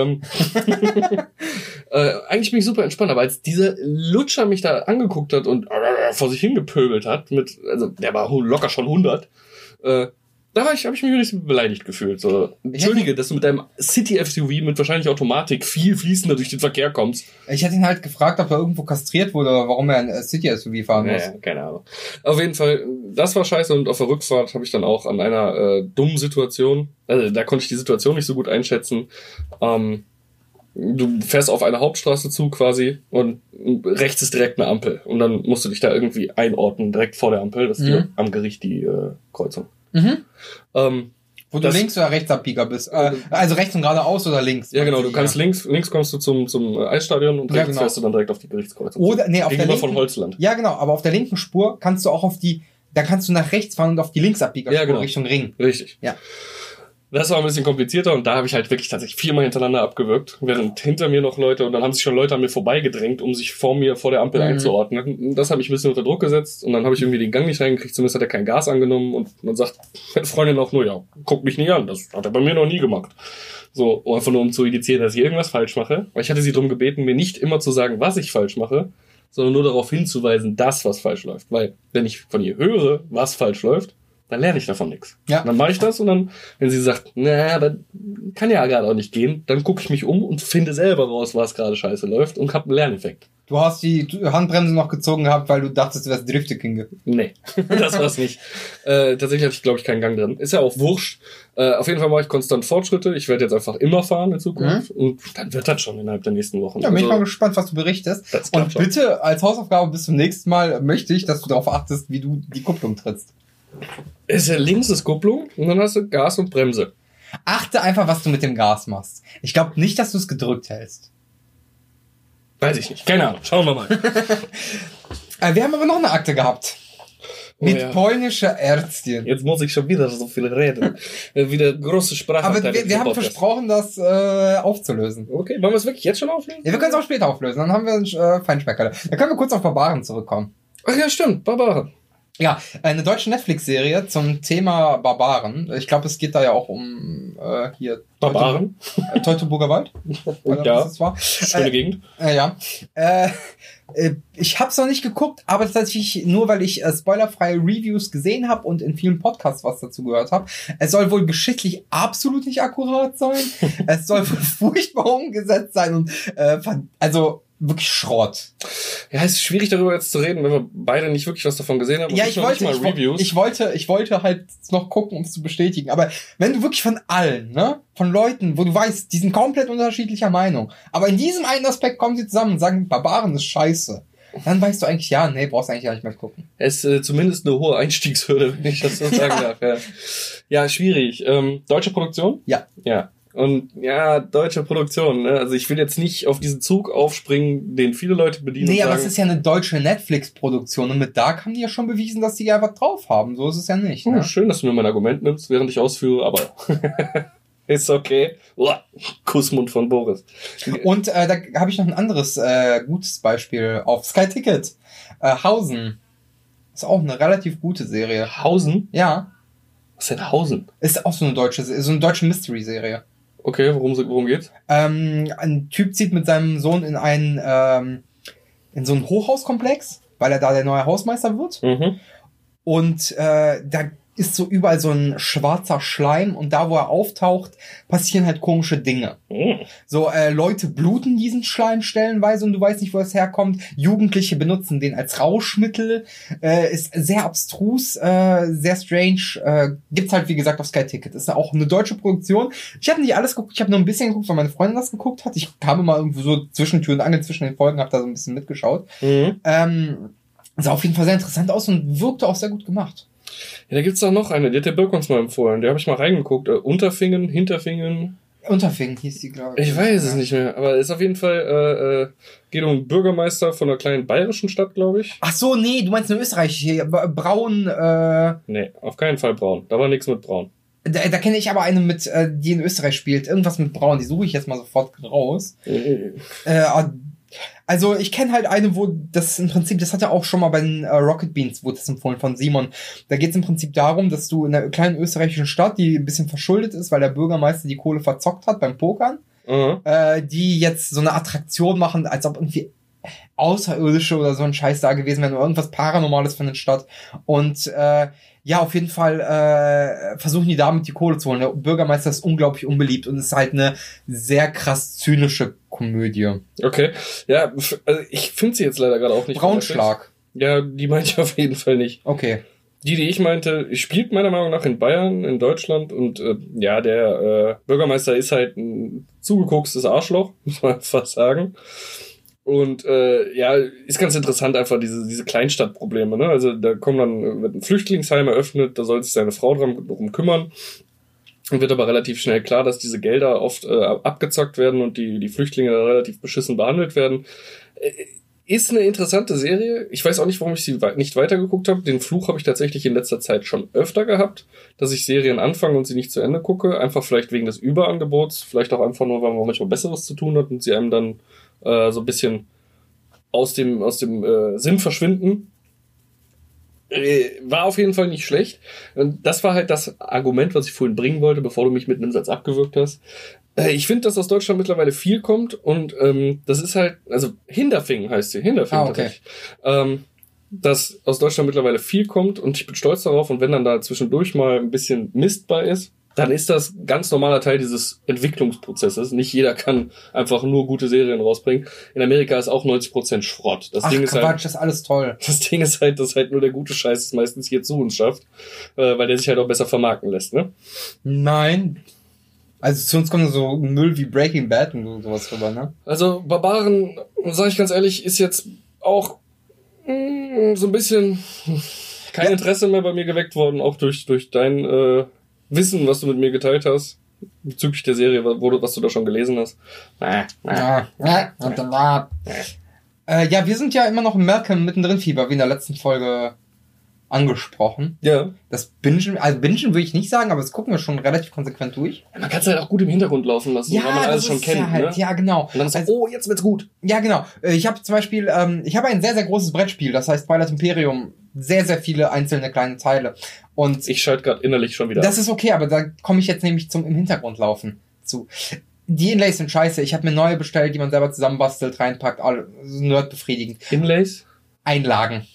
Eigentlich bin ich super entspannt, aber als dieser Lutscher mich da angeguckt hat und vor sich hingepöbelt hat, also der war locker schon 100, da habe ich mich ein bisschen beleidigt gefühlt. So, entschuldige, dass du mit deinem City-SUV mit wahrscheinlich Automatik viel fließender durch den Verkehr kommst. Ich hätte ihn halt gefragt, ob er irgendwo kastriert wurde oder warum er ein City-SUV fahren muss. Ja, keine Ahnung. Auf jeden Fall, das war scheiße und auf der Rückfahrt habe ich dann auch an einer dummen Situation, also da konnte ich die Situation nicht so gut einschätzen. Du fährst auf eine Hauptstraße zu quasi und rechts ist direkt eine Ampel und dann musst du dich da irgendwie einordnen, direkt vor der Ampel. Das ist am Gericht die Kreuzung. Wo du links oder rechts Abbieger bist. Also rechts und geradeaus oder links. Ja, genau. Du kannst links kommst du zum Eisstadion und rechts fährst du dann direkt auf die Gerichtskreuzung. Oder, nee, auf der linken, von Holzland. Ja, genau. Aber auf der linken Spur kannst du auch da kannst du nach rechts fahren und auf die Linksabbiegerspur ja, genau. Richtung Ring. Richtig. Ja. Das war ein bisschen komplizierter und da habe ich halt wirklich tatsächlich 4-mal hintereinander abgewürgt, während hinter mir noch Leute, und dann haben sich schon Leute an mir vorbeigedrängt, um sich vor der Ampel einzuordnen. Das habe ich ein bisschen unter Druck gesetzt und dann habe ich irgendwie den Gang nicht reingekriegt, zumindest hat er kein Gas angenommen und dann sagt meine Freundin auch nur, ja, guck mich nie an, das hat er bei mir noch nie gemacht. So, einfach nur um zu indizieren, dass ich irgendwas falsch mache. Weil ich hatte sie darum gebeten, mir nicht immer zu sagen, was ich falsch mache, sondern nur darauf hinzuweisen, dass was falsch läuft. Weil, wenn ich von ihr höre, was falsch läuft, dann lerne ich davon nichts. Ja. Dann mache ich das und dann, wenn sie sagt, na, das kann ja gerade auch nicht gehen, dann gucke ich mich um und finde selber raus, was gerade scheiße läuft und habe einen Lerneffekt. Du hast die Handbremse noch gezogen gehabt, weil du dachtest, du wärst Drifte-King. Nee, das war's nicht. Tatsächlich hatte ich, glaube ich, keinen Gang drin. Ist ja auch wurscht. Auf jeden Fall mache ich konstant Fortschritte. Ich werde jetzt einfach immer fahren in Zukunft. Und dann wird das schon innerhalb der nächsten Wochen. Ja, bin ich mal gespannt, was du berichtest. Und bitte, als Hausaufgabe bis zum nächsten Mal möchte ich, dass du darauf achtest, wie du die Kupplung trittst. Ist ja links ist Kupplung und dann hast du Gas und Bremse. Achte einfach, was du mit dem Gas machst. Ich glaube nicht, dass du es gedrückt hältst. Weiß ich nicht. Keine Ahnung. Schauen wir mal. Wir haben aber noch eine Akte gehabt. Mit polnischer Ärztin. Jetzt muss ich schon wieder so viel reden. Wieder große Sprache. Aber wir haben versprochen, das aufzulösen. Okay, wollen wir es wirklich jetzt schon auflösen? Ja, wir können es auch später auflösen. Dann haben wir einen Feinschmecker. Dann können wir kurz auf Barbaren zurückkommen. Ach ja, stimmt. Barbaren. Ja, eine deutsche Netflix-Serie zum Thema Barbaren. Ich glaube, es geht da ja auch um hier Barbaren. Teutoburger Wald. Ja, das war. Schöne Gegend. Ja. Ich habe es noch nicht geguckt, aber tatsächlich nur, weil ich spoilerfreie Reviews gesehen habe und in vielen Podcasts was dazu gehört habe. Es soll wohl geschichtlich absolut nicht akkurat sein. Es soll furchtbar umgesetzt sein und also wirklich Schrott. Ja, es ist schwierig darüber jetzt zu reden, wenn wir beide nicht wirklich was davon gesehen haben. Ja, ich wollte halt noch gucken, um es zu bestätigen. Aber wenn du wirklich von allen, ne, von Leuten, wo du weißt, die sind komplett unterschiedlicher Meinung, aber in diesem einen Aspekt kommen sie zusammen und sagen, Barbaren ist scheiße, dann weißt du eigentlich, ja, nee, brauchst eigentlich gar nicht mehr gucken. Es ist zumindest eine hohe Einstiegshürde, wenn ich das so sagen darf. Ja, ja, schwierig. Deutsche Produktion? Ja. Ja. Und ja, deutsche Produktion, ne? Also ich will jetzt nicht auf diesen Zug aufspringen, den viele Leute bedienen. Nee, aber es ist ja eine deutsche Netflix-Produktion und mit Dark haben die ja schon bewiesen, dass die ja was drauf haben. So ist es ja nicht. Ne? Schön, dass du mir mein Argument nimmst, während ich ausführe, aber ist okay. Kussmund von Boris. Und da habe ich noch ein anderes gutes Beispiel auf Sky Ticket. Hausen. Ist auch eine relativ gute Serie. Hausen? Ja. Was ist denn Hausen? Ist auch so eine deutsche Mystery-Serie. Okay, worum geht's? Ein Typ zieht mit seinem Sohn in in so einen Hochhauskomplex, weil er da der neue Hausmeister wird. Mhm. Und da ist so überall so ein schwarzer Schleim und da, wo er auftaucht, passieren halt komische Dinge. Mhm. So, Leute bluten diesen Schleim stellenweise und du weißt nicht, wo es herkommt. Jugendliche benutzen den als Rauschmittel. Ist sehr abstrus, sehr strange. Gibt's halt, wie gesagt, auf Sky Ticket. Ist auch eine deutsche Produktion. Ich habe nicht alles geguckt, ich habe nur ein bisschen geguckt, weil meine Freundin das geguckt hat. Ich kam immer irgendwo so zwischen Tür und Angel, zwischen den Folgen, habe da so ein bisschen mitgeschaut. Mhm. Sah auf jeden Fall sehr interessant aus und wirkte auch sehr gut gemacht. Ja, da gibt's doch noch eine, die hat der Birk uns mal empfohlen. Der habe ich mal reingeguckt. Unterfingen, Hinterfingen. Unterfingen hieß die, glaube ich. Ich weiß es nicht mehr, aber ist auf jeden Fall, geht um einen Bürgermeister von einer kleinen bayerischen Stadt, glaube ich. Ach so, nee, du meinst in Österreich hier, Braun, Nee, auf keinen Fall Braun. Da war nichts mit Braun. Da kenne ich aber eine mit, die in Österreich spielt. Irgendwas mit Braun, die suche ich jetzt mal sofort raus. Also ich kenne halt eine, wo das im Prinzip, das hat er auch schon mal bei den Rocket Beans, wurde das empfohlen von Simon. Da geht es im Prinzip darum, dass du in einer kleinen österreichischen Stadt, die ein bisschen verschuldet ist, weil der Bürgermeister die Kohle verzockt hat beim Pokern, die jetzt so eine Attraktion machen, als ob irgendwie Außerirdische oder so ein Scheiß da gewesen wären oder irgendwas Paranormales für eine Stadt. Und ja, auf jeden Fall versuchen die damit die Kohle zu holen. Der Bürgermeister ist unglaublich unbeliebt und ist halt eine sehr krass zynische Komödie. Okay, ja, also ich finde sie jetzt leider gerade auch nicht. Braunschlag. Ja, die meinte ich auf jeden Fall nicht. Okay. Die ich meinte, spielt meiner Meinung nach in Bayern, in Deutschland und ja, der Bürgermeister ist halt ein zugeguckstes Arschloch, muss man fast sagen. Und ja, ist ganz interessant einfach diese Kleinstadtprobleme, ne? Also da wird ein Flüchtlingsheim eröffnet, da soll sich seine Frau drum kümmern. Und wird aber relativ schnell klar, dass diese Gelder oft abgezockt werden und die Flüchtlinge relativ beschissen behandelt werden. Ist eine interessante Serie. Ich weiß auch nicht, warum ich sie nicht weitergeguckt habe. Den Fluch habe ich tatsächlich in letzter Zeit schon öfter gehabt, dass ich Serien anfange und sie nicht zu Ende gucke. Einfach vielleicht wegen des Überangebots. Vielleicht auch einfach nur, weil man manchmal Besseres zu tun hat und sie einem dann so ein bisschen aus dem Sinn verschwinden. War auf jeden Fall nicht schlecht. Und das war halt das Argument, was ich vorhin bringen wollte, bevor du mich mit einem Satz abgewürgt hast. Ich finde, dass aus Deutschland mittlerweile viel kommt und das ist halt, also Hinterfing heißt sie, Hinterfing tatsächlich. Dass aus Deutschland mittlerweile viel kommt und ich bin stolz darauf und wenn dann da zwischendurch mal ein bisschen Mist bei ist, dann ist das ganz normaler Teil dieses Entwicklungsprozesses. Nicht jeder kann einfach nur gute Serien rausbringen. In Amerika ist auch 90% Schrott. Das Ding ist Quatsch, halt, das ist alles toll. das Ding ist halt, dass halt nur der gute Scheiß es meistens hier zu uns schafft, weil der sich halt auch besser vermarkten lässt, ne? Nein. Also zu uns kommt so Müll wie Breaking Bad und sowas rüber, ne? Also Barbaren, sage ich ganz ehrlich, ist jetzt auch so ein bisschen kein Interesse mehr bei mir geweckt worden, auch durch dein Wissen, was du mit mir geteilt hast, bezüglich der Serie, was du da schon gelesen hast. Ja, wir sind ja immer noch im Malcolm mittendrin Fieber, wie in der letzten Folge angesprochen. Ja. Das Bingen würde ich nicht sagen, aber das gucken wir schon relativ konsequent durch. Man kann es halt auch gut im Hintergrund laufen lassen, weil man alles schon kennt. Ja, halt, ne? Ja, genau. Und dann ist also, jetzt wird's gut. Ja, genau. Ich habe zum Beispiel, ich habe ein sehr, sehr großes Brettspiel, das heißt Twilight Imperium. Sehr, sehr viele einzelne kleine Teile. Und ich schalte gerade innerlich schon wieder das ist okay, aber da komme ich jetzt nämlich zum im Hintergrund laufen zu. Die Inlays sind scheiße. Ich habe mir neue bestellt, die man selber zusammenbastelt, reinpackt, alle nerdbefriedigend. Inlays? Einlagen.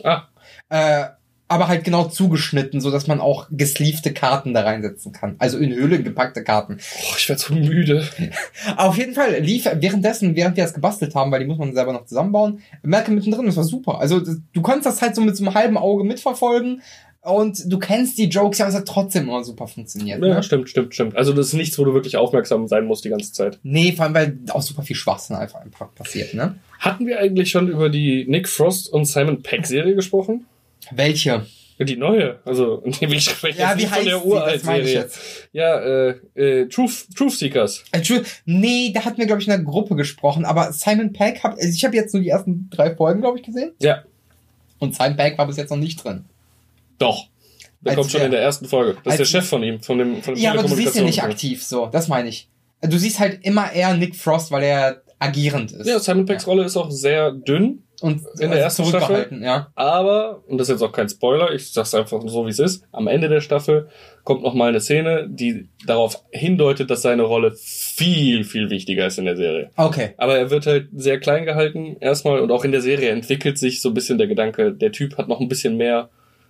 Aber halt genau zugeschnitten, so dass man auch gesleevte Karten da reinsetzen kann. Also in Hüllen gepackte Karten. Oh, ich werde so müde. Auf jeden Fall lief während wir das gebastelt haben, weil die muss man selber noch zusammenbauen, Malcolm mittendrin, das war super. Also du konntest das halt so mit so einem halben Auge mitverfolgen und du kennst die Jokes, ja, aber es hat trotzdem immer super funktioniert. Ja, ne? Stimmt. Also das ist nichts, wo du wirklich aufmerksam sein musst die ganze Zeit. Nee, vor allem, weil auch super viel Schwachsinn einfach passiert, ne? Hatten wir eigentlich schon über die Nick Frost und Simon Pegg Serie gesprochen? Welche? Die neue, also ich spreche ja, jetzt wie nicht von der Uralt-Serie. Ja, Truth Seekers. Nee, da hatten wir, glaube ich, in der Gruppe gesprochen, aber Simon Pegg, ich habe jetzt nur die ersten 3 Folgen, glaube ich, gesehen. Ja. Und Simon Pegg war bis jetzt noch nicht drin. Doch. Der kommt schon in der ersten Folge. Das ist der Chef von ihm, von dem ja, aber du siehst ihn nicht aktiv, so, das meine ich. Du siehst halt immer eher Nick Frost, weil er agierend ist. Ja, Simon Peggs Rolle ist auch sehr dünn. Und in der ersten Staffel, ja. Aber, und das ist jetzt auch kein Spoiler, ich sag's einfach so, wie es ist, am Ende der Staffel kommt noch mal eine Szene, die darauf hindeutet, dass seine Rolle viel, viel wichtiger ist in der Serie. Okay. Aber er wird halt sehr klein gehalten erstmal und auch in der Serie entwickelt sich so ein bisschen der Gedanke, der Typ hat noch ein bisschen mehr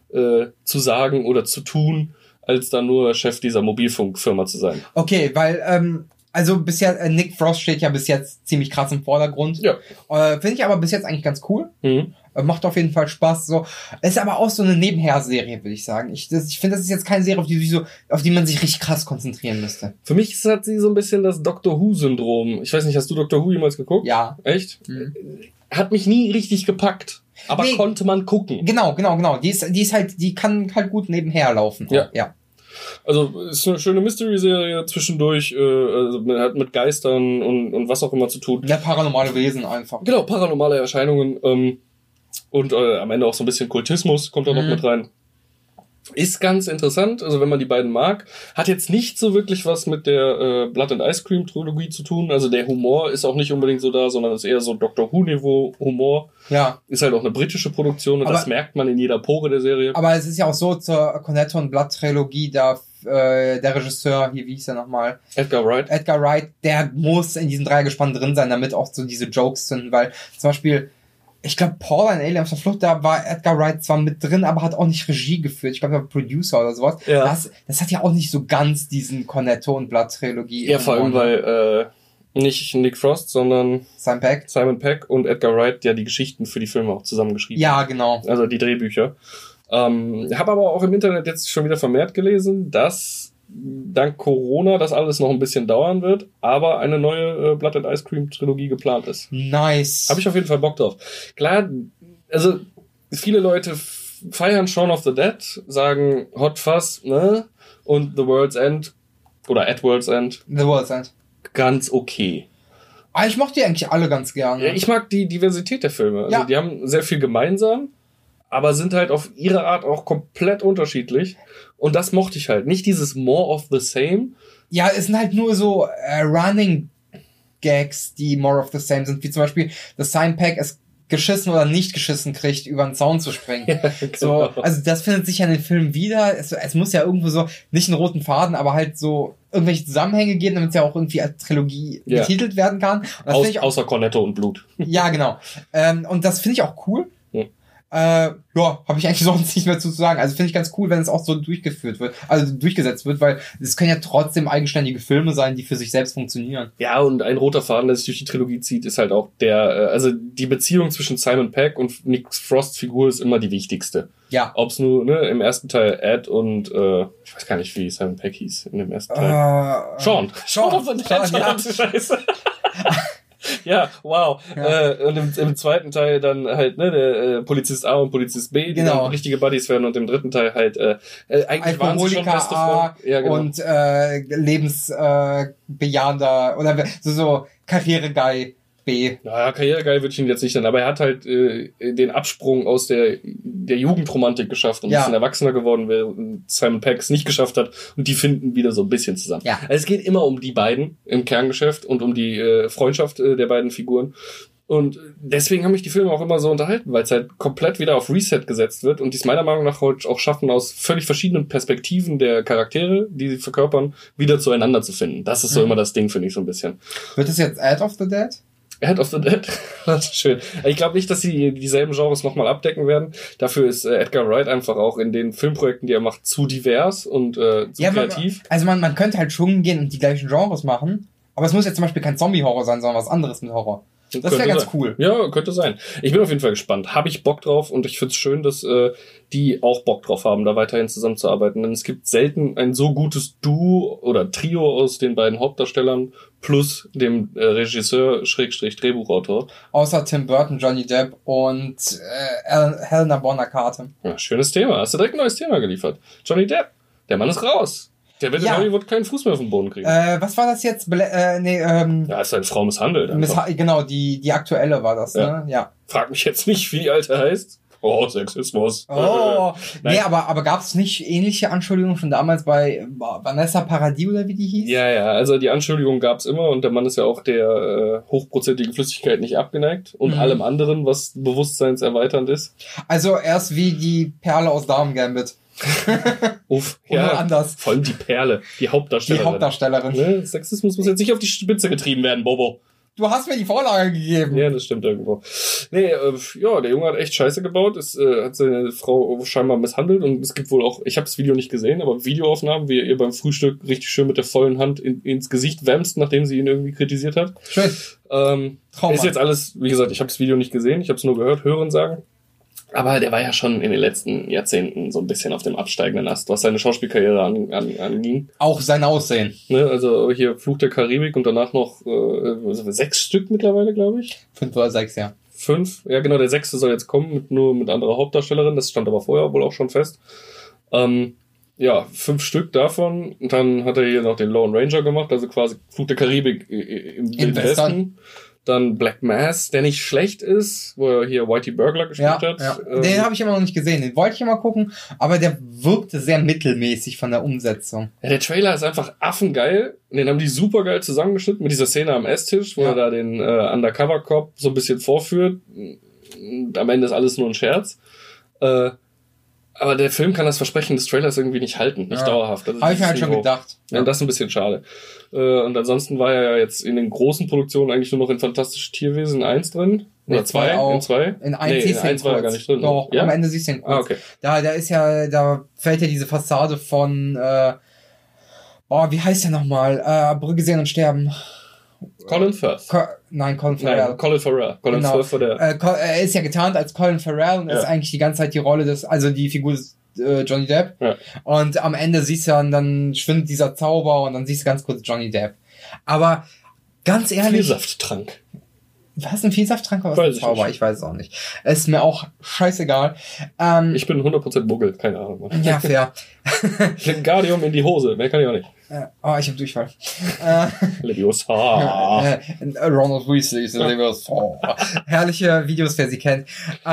zu sagen oder zu tun, als da nur Chef dieser Mobilfunkfirma zu sein. Okay, weil, also bisher, Nick Frost steht ja bis jetzt ziemlich krass im Vordergrund. Ja. Finde ich aber bis jetzt eigentlich ganz cool. Macht auf jeden Fall Spaß. So, ist aber auch so eine Nebenher-Serie, würde ich sagen. Ich finde, das ist jetzt keine Serie, auf die man sich richtig krass konzentrieren müsste. Für mich hat sie so ein bisschen das Doctor Who-Syndrom. Ich weiß nicht, hast du Doctor Who jemals geguckt? Ja. Echt? Hat mich nie richtig gepackt. Aber konnte man gucken. Genau. Die kann halt gut nebenher laufen. Ja. Also ist eine schöne Mystery-Serie zwischendurch, also hat mit Geistern und was auch immer zu tun. Ja, paranormale Wesen einfach. Genau, paranormale Erscheinungen und am Ende auch so ein bisschen Kultismus kommt da noch mit rein. Ist ganz interessant, also wenn man die beiden mag. Hat jetzt nicht so wirklich was mit der Blood and Ice Cream Trilogie zu tun. Also der Humor ist auch nicht unbedingt so da, sondern ist eher so Doctor Who-Niveau Humor. Ja. Ist halt auch eine britische Produktion und das merkt man in jeder Pore der Serie. Aber es ist ja auch so, zur Cornetto und Blood Trilogie, der Regisseur, hier, wie hieß der nochmal? Edgar Wright, der muss in diesem Dreiergespann drin sein, damit auch so diese Jokes sind, weil zum Beispiel ich glaube, Paul, ein Alien auf der Flucht, da war Edgar Wright zwar mit drin, aber hat auch nicht Regie geführt. Ich glaube, er war Producer oder sowas. Ja. Das hat ja auch nicht so ganz diesen Cornetto und Blood-Trilogie. Ja, vor allem, weil nicht Nick Frost, sondern Simon Pegg und Edgar Wright ja die Geschichten für die Filme auch zusammengeschrieben. Ja, genau. Also die Drehbücher. Habe aber auch im Internet jetzt schon wieder vermehrt gelesen, dass dank Corona das alles noch ein bisschen dauern wird, aber eine neue Blood and Ice Cream Trilogie geplant ist. Nice. Habe ich auf jeden Fall Bock drauf. Klar, also viele Leute feiern Shaun of the Dead, sagen Hot Fuzz, ne? Und The World's End oder At World's End. The World's End. Ganz okay. Aber ich mochte die eigentlich alle ganz gerne. Ja, ich mag die Diversität der Filme. Also die haben sehr viel gemeinsam, aber sind halt auf ihre Art auch komplett unterschiedlich. Und das mochte ich halt. Nicht dieses more of the same. Ja, es sind halt nur so Running Gags, die more of the same sind. Wie zum Beispiel, das Sign Pack es geschissen oder nicht geschissen kriegt, über den Zaun zu springen. Ja, genau. So, also das findet sich ja in den Filmen wieder. Es muss ja irgendwo so, nicht einen roten Faden, aber halt so irgendwelche Zusammenhänge geben, damit es ja auch irgendwie als Trilogie betitelt werden kann. Und das außer Cornetto und Blut. Ja, genau. Und das finde ich auch cool. Habe ich eigentlich sonst nicht mehr zu sagen. Also finde ich ganz cool, wenn es auch so durchgesetzt wird, weil es können ja trotzdem eigenständige Filme sein, die für sich selbst funktionieren. Ja, und ein roter Faden, der sich durch die Trilogie zieht, ist halt auch also die Beziehung zwischen Simon Pegg und Nick Frosts Figur ist immer die wichtigste. Ja. Ob's nur, im ersten Teil Ed und, ich weiß gar nicht, wie Simon Pegg hieß in dem ersten Teil. Sean of the Dead. Scheiße. Ja, wow. Ja. Und im zweiten Teil dann halt, der Polizist A und Polizist B, die dann richtige Buddies werden, und im dritten Teil halt eigentlich waren sie schon beste Freunde. Ja, genau. Und lebensbejahender oder so Karriereguy B. Naja, Karrieregeil würde ich ihn jetzt nicht nennen, aber er hat halt den Absprung aus der Jugendromantik geschafft und ist ein Erwachsener geworden, während Simon Pegg es nicht geschafft hat, und die finden wieder so ein bisschen zusammen. Ja. Also es geht immer um die beiden im Kerngeschäft und um die Freundschaft der beiden Figuren. Und deswegen haben mich die Filme auch immer so unterhalten, weil es halt komplett wieder auf Reset gesetzt wird und die es meiner Meinung nach heute auch schaffen, aus völlig verschiedenen Perspektiven der Charaktere, die sie verkörpern, wieder zueinander zu finden. Das ist so immer das Ding, finde ich so ein bisschen. Wird es jetzt Ed of the Dead? Ed of the Dead? Das ist schön. Ich glaube nicht, dass sie dieselben Genres nochmal abdecken werden. Dafür ist Edgar Wright einfach auch in den Filmprojekten, die er macht, zu divers und zu kreativ. Man könnte halt schon gehen und die gleichen Genres machen, aber es muss jetzt zum Beispiel kein Zombie-Horror sein, sondern was anderes mit Horror. Das wäre ganz cool. Ja, könnte sein. Ich bin auf jeden Fall gespannt. Habe ich Bock drauf, und ich find's schön, dass die auch Bock drauf haben, da weiterhin zusammenzuarbeiten. Denn es gibt selten ein so gutes Duo oder Trio aus den beiden Hauptdarstellern plus dem Regisseur / Drehbuchautor. Außer Tim Burton, Johnny Depp und Helena Bonham Carter. Ja, schönes Thema. Hast du direkt ein neues Thema geliefert. Johnny Depp, der Mann ist raus. Der wird in Hollywood keinen Fuß mehr auf den Boden kriegen. Was war das jetzt? Ja, ist seine Frau misshandelt. Genau, die aktuelle war das, ne? Ja. Frag mich jetzt nicht, wie die alte heißt. Oh, Sexismus. Oh, nee, aber gab es nicht ähnliche Anschuldigungen schon damals bei Vanessa Paradis oder wie die hieß? Ja, also die Anschuldigungen gab's immer, und der Mann ist ja auch der hochprozentigen Flüssigkeit nicht abgeneigt und allem anderen, was bewusstseinserweiternd ist. Also erst wie die Perle aus Damen Gambit. Uff, ja, anders. Vor allem die Perle, die Hauptdarstellerin. Ne? Sexismus muss jetzt nicht auf die Spitze getrieben werden, Bobo. Du hast mir die Vorlage gegeben. Ja, das stimmt irgendwo. Nee, der Junge hat echt Scheiße gebaut. Es hat seine Frau scheinbar misshandelt, und es gibt wohl auch, ich habe das Video nicht gesehen, aber Videoaufnahmen, wie er ihr beim Frühstück richtig schön mit der vollen Hand ins Gesicht wämst, nachdem sie ihn irgendwie kritisiert hat. Schön. Ist jetzt alles, wie gesagt, ich habe das Video nicht gesehen, ich habe es nur gehört, hören sagen. Aber der war ja schon in den letzten Jahrzehnten so ein bisschen auf dem absteigenden Ast, was seine Schauspielkarriere anging. Auch sein Aussehen. Ne, also hier Fluch der Karibik und danach noch 6 Stück mittlerweile, glaube ich. 5 oder 6, ja. 5, ja genau, der 6. soll jetzt kommen, nur mit anderer Hauptdarstellerin, das stand aber vorher wohl auch schon fest. 5 Stück davon. Und dann hat er hier noch den Lone Ranger gemacht, also quasi Fluch der Karibik im Wilden Westen. Dann Black Mass, der nicht schlecht ist, wo er hier Whitey Burglar gespielt hat. Ja. Den habe ich immer noch nicht gesehen. Den wollte ich immer gucken, aber der wirkte sehr mittelmäßig von der Umsetzung. Ja, der Trailer ist einfach affengeil. Den haben die super geil zusammengeschnitten mit dieser Szene am Esstisch, wo er da den Undercover-Cop so ein bisschen vorführt. Und am Ende ist alles nur ein Scherz. Aber der Film kann das Versprechen des Trailers irgendwie nicht halten, nicht dauerhaft. Habe ich mir halt schon gedacht. Ja, das ist ein bisschen schade. Und ansonsten war er ja jetzt in den großen Produktionen eigentlich nur noch in Fantastische Tierwesen 1 drin. Oder 2? In 2? In 1 in 1 war er gar nicht drin. Doch, am Ende siehst du ihn kurz. Okay. Da fällt ja diese Fassade von, wie heißt der nochmal? Brügge sehen und sterben. Colin Firth. Colin Farrell. Colin Farrell. Colin Firth war der. Er ist ja getarnt als Colin Farrell und ist eigentlich die ganze Zeit die Rolle die Figur des Johnny Depp. Ja. Und am Ende siehst du dann schwindet dieser Zauber und dann siehst du ganz kurz Johnny Depp. Aber ganz ehrlich. Vielsafttrank. Was, ein Vielsafttrank oder was ein Zauber? Ich weiß es auch nicht. Ist mir auch scheißegal. Ich bin 100% Muggel, keine Ahnung. Ja, fair. Guardium in die Hose, mehr kann ich auch nicht. Ich habe Durchfall. Leviosa. Ronald Weasley ist Leviosa. Herrliche Videos, wer sie kennt.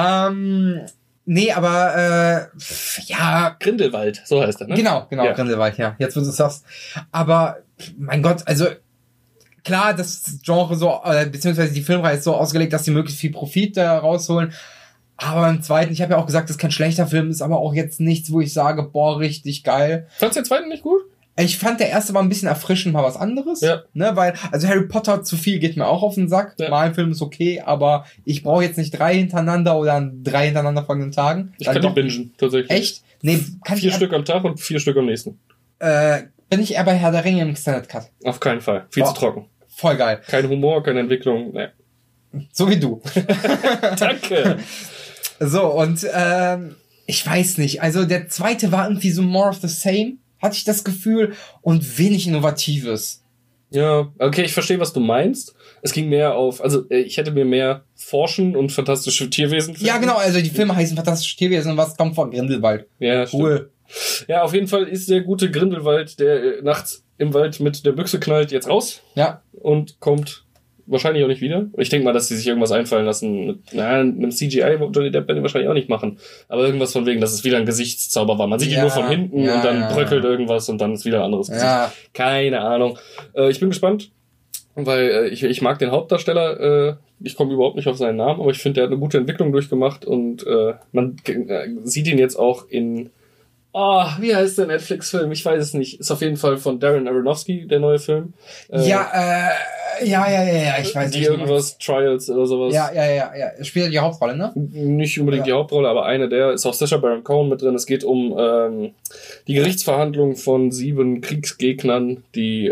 Nee, aber ja. Grindelwald, so heißt er, ne? Genau, ja. Grindelwald, ja. Jetzt, wo du es sagst. Aber, mein Gott, also klar, das Genre so, beziehungsweise die Filmreihe ist so ausgelegt, dass sie möglichst viel Profit da rausholen. Aber im zweiten, ich habe ja auch gesagt, das ist kein schlechter Film, ist aber auch jetzt nichts, wo ich sage, boah, richtig geil. Fandst du den zweiten nicht gut? Ich fand, der erste war ein bisschen erfrischend, mal was anderes. Ja. Ne, weil, also Harry Potter zu viel geht mir auch auf den Sack. Ja. Mal ein Film ist okay, aber ich brauche jetzt nicht 3 hintereinander oder an 3 hintereinander folgenden Tagen. Ich kann die bingen, tatsächlich. Echt? Nee, kann 4 Stück am Tag und 4 Stück am nächsten. Bin ich eher bei Herr der Ringe im Extended Cut. Auf keinen Fall. Viel zu trocken. Voll geil. Kein Humor, keine Entwicklung, ne. So wie du. Danke. So, und ich weiß nicht, also der zweite war irgendwie so more of the same, hatte ich das Gefühl, und wenig Innovatives. Ja, okay, ich verstehe, was du meinst. Es ging mehr auf, also ich hätte mir mehr Forschen und fantastische Tierwesen finden. Ja, genau, also die Filme heißen fantastische Tierwesen und was kommt von Grindelwald. Ja, cool. Stimmt. Ja, auf jeden Fall ist der gute Grindelwald, der nachts im Wald mit der Büchse knallt, jetzt raus. Ja. Und kommt wahrscheinlich auch nicht wieder. Ich denke mal, dass sie sich irgendwas einfallen lassen. Einem CGI Johnny Depp werden die wahrscheinlich auch nicht machen. Aber irgendwas von wegen, dass es wieder ein Gesichtszauber war. Man sieht ihn nur von hinten und dann bröckelt irgendwas und dann ist wieder ein anderes Gesicht. Ja. Keine Ahnung. Ich bin gespannt, weil ich mag den Hauptdarsteller. Ich komme überhaupt nicht auf seinen Namen, aber ich finde, der hat eine gute Entwicklung durchgemacht und man sieht ihn jetzt auch in wie heißt der Netflix-Film? Ich weiß es nicht. Ist auf jeden Fall von Darren Aronofsky, der neue Film. Ja, ich weiß nicht. Die irgendwas, Trials oder sowas. Ja. Spielt er die Hauptrolle, ne? Nicht unbedingt die Hauptrolle, aber eine der, ist auch Sacha Baron Cohen mit drin. Es geht um die Gerichtsverhandlung von 7 Kriegsgegnern, die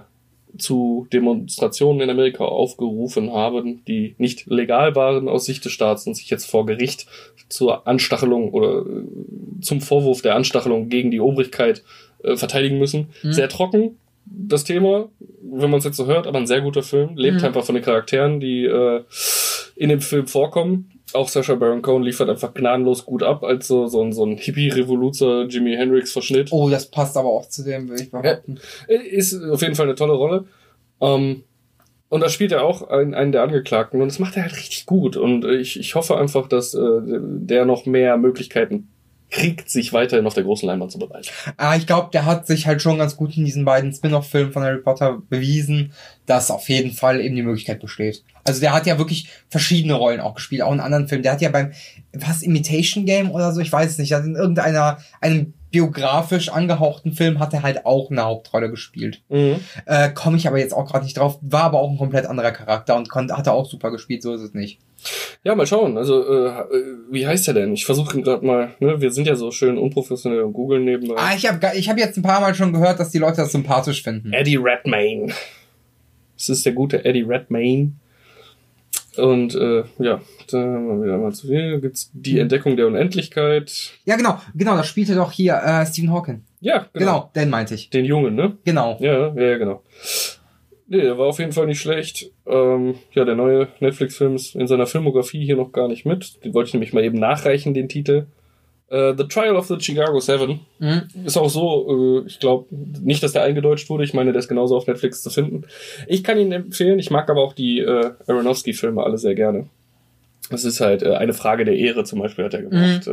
zu Demonstrationen in Amerika aufgerufen haben, die nicht legal waren aus Sicht des Staats und sich jetzt vor Gericht zur Anstachelung oder zum Vorwurf der Anstachelung gegen die Obrigkeit verteidigen müssen. Sehr trocken, das Thema, wenn man es jetzt so hört, aber ein sehr guter Film. Lebt einfach von den Charakteren, die in dem Film vorkommen. Auch Sacha Baron Cohen liefert einfach gnadenlos gut ab, als so ein Hippie-Revoluzer Jimi Hendrix-Verschnitt. Oh, das passt aber auch zu dem, würde ich behaupten. Ist auf jeden Fall eine tolle Rolle. Und da spielt er auch einen der Angeklagten und das macht er halt richtig gut. Und ich hoffe einfach, dass der noch mehr Möglichkeiten kriegt, sich weiterhin auf der großen Leinwand zu beweisen. Ich glaube, der hat sich halt schon ganz gut in diesen beiden Spin-off-Filmen von Harry Potter bewiesen, dass auf jeden Fall eben die Möglichkeit besteht. Also der hat ja wirklich verschiedene Rollen auch gespielt, auch in anderen Filmen. Der hat ja beim, Imitation Game oder so, ich weiß es nicht, in einem biografisch angehauchten Film hat er halt auch eine Hauptrolle gespielt. Komme ich aber jetzt auch gerade nicht drauf, war aber auch ein komplett anderer Charakter und hat er auch super gespielt, so ist es nicht. Ja, mal schauen. Also, wie heißt er denn? Ich versuche ihn gerade mal, ne? Wir sind ja so schön unprofessionell und googeln nebenbei. Ich hab jetzt ein paar Mal schon gehört, dass die Leute das sympathisch finden. Eddie Redmayne. Das ist der gute Eddie Redmayne. Und, da haben wir wieder mal zu viel. Gibt's die Entdeckung der Unendlichkeit. Ja, genau, das spielte doch hier, Stephen Hawking. Ja, genau. Den meinte ich. Den Jungen, ne? Genau. Ja, genau. Nee, der war auf jeden Fall nicht schlecht. Der neue Netflix-Film ist in seiner Filmografie hier noch gar nicht mit. Den wollte ich nämlich mal eben nachreichen, den Titel. The Trial of the Chicago 7. Ist auch so, ich glaube nicht, dass der eingedeutscht wurde. Ich meine, der ist genauso auf Netflix zu finden. Ich kann ihn empfehlen. Ich mag aber auch die Aronofsky-Filme alle sehr gerne. Das ist halt eine Frage der Ehre zum Beispiel hat er gemacht.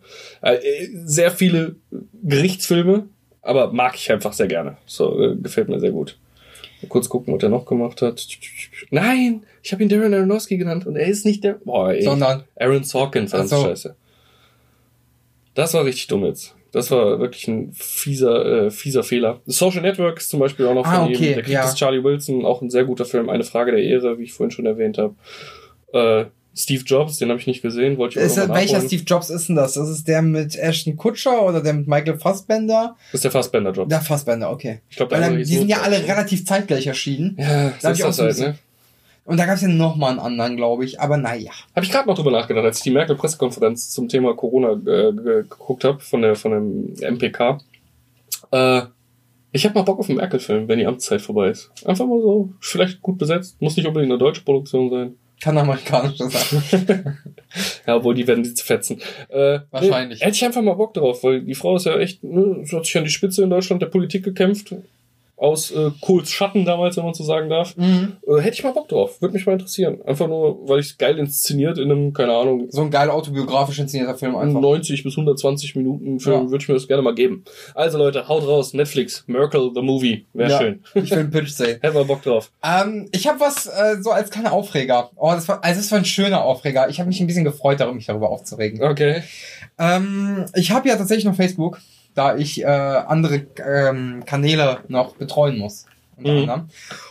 Sehr viele Gerichtsfilme, aber mag ich einfach sehr gerne. So, gefällt mir sehr gut. Mal kurz gucken, was er noch gemacht hat. Nein, ich habe ihn Darren Aronofsky genannt und er ist nicht der... sondern Aaron Sorkin, verdammt scheiße. Das war richtig dumm jetzt. Das war wirklich ein fieser Fehler. The Social Network ist zum Beispiel auch noch von ihm. Der Krieg des Charlie Wilson, auch ein sehr guter Film. Eine Frage der Ehre, wie ich vorhin schon erwähnt habe. Steve Jobs, den habe ich nicht gesehen. Wollte ich auch noch welcher Steve Jobs ist denn das? Das ist der mit Ashton Kutcher oder der mit Michael Fassbender? Das ist der Fassbender-Job. Der Fassbender, okay. Ich glaube, die sind ja alle relativ zeitgleich erschienen. Ja, das ist das halt, ne? Und da gab es ja noch mal einen anderen, glaube ich. Aber naja. Habe ich gerade noch drüber nachgedacht, als ich die Merkel-Pressekonferenz zum Thema Corona geguckt habe, von dem MPK. Ich habe mal Bock auf einen Merkel-Film, wenn die Amtszeit vorbei ist. Einfach mal so, vielleicht gut besetzt. Muss nicht unbedingt eine deutsche Produktion sein. Kann amerikanisch sein. Ja, obwohl die werden die zu fetzen. Wahrscheinlich. Hätte ich einfach mal Bock drauf, weil die Frau ist ja echt, hat sich an die Spitze in Deutschland der Politik gekämpft. aus Kohls Schatten damals, wenn man so sagen darf. Hätte ich mal Bock drauf. Würde mich mal interessieren. Einfach nur, weil ich es geil inszeniert in einem, keine Ahnung. So ein geil autobiografisch inszenierter Film einfach. 90 bis 120 Minuten Film würde ich mir das gerne mal geben. Also Leute, haut raus. Netflix. Merkel, the Movie. Wäre schön. Ich will einen Pitch sehen. Hätte mal Bock drauf. Ich habe was so als kleiner Aufreger. Das war ein schöner Aufreger. Ich habe mich ein bisschen gefreut, mich darüber aufzuregen. Okay. Ich habe ja tatsächlich noch Facebook, da ich andere Kanäle noch betreuen muss. Unter anderem.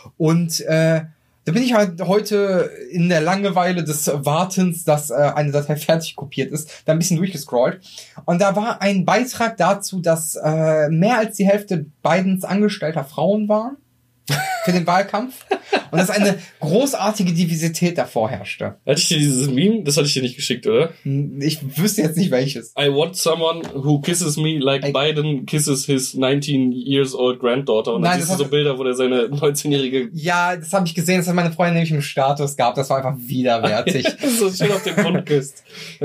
Und da bin ich halt heute in der Langeweile des Wartens, dass eine Datei fertig kopiert ist, da ein bisschen durchgescrollt. Und da war ein Beitrag dazu, dass mehr als die Hälfte Bidens Angestellter Frauen waren für den Wahlkampf. Und dass eine großartige Diversität davor herrschte. Hatte ich dir dieses Meme? Das hatte ich dir nicht geschickt, oder? Ich wüsste jetzt nicht welches. I want someone who kisses me like Biden kisses his 19 years old granddaughter. Und dann siehst du so Bilder, wo der seine 19-jährige... Ja, das habe ich gesehen. Das hat meine Freundin nämlich im Status gehabt. Das war einfach widerwärtig. So schön auf den Mund küsst.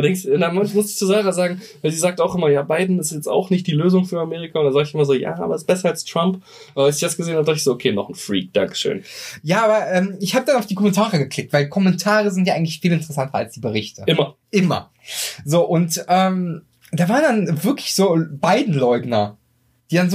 Da muss ich zu Sarah sagen, weil sie sagt auch immer, ja, Biden ist jetzt auch nicht die Lösung für Amerika. Und da sage ich immer so, ja, aber ist besser als Trump. Aber als ich das gesehen habe, dachte ich so, okay, noch ein Freak. Dankeschön. Ja, aber ich habe dann auf die Kommentare geklickt, weil Kommentare sind ja eigentlich viel interessanter als die Berichte. Immer. So, und da waren dann wirklich so Biden-Leugner, die dann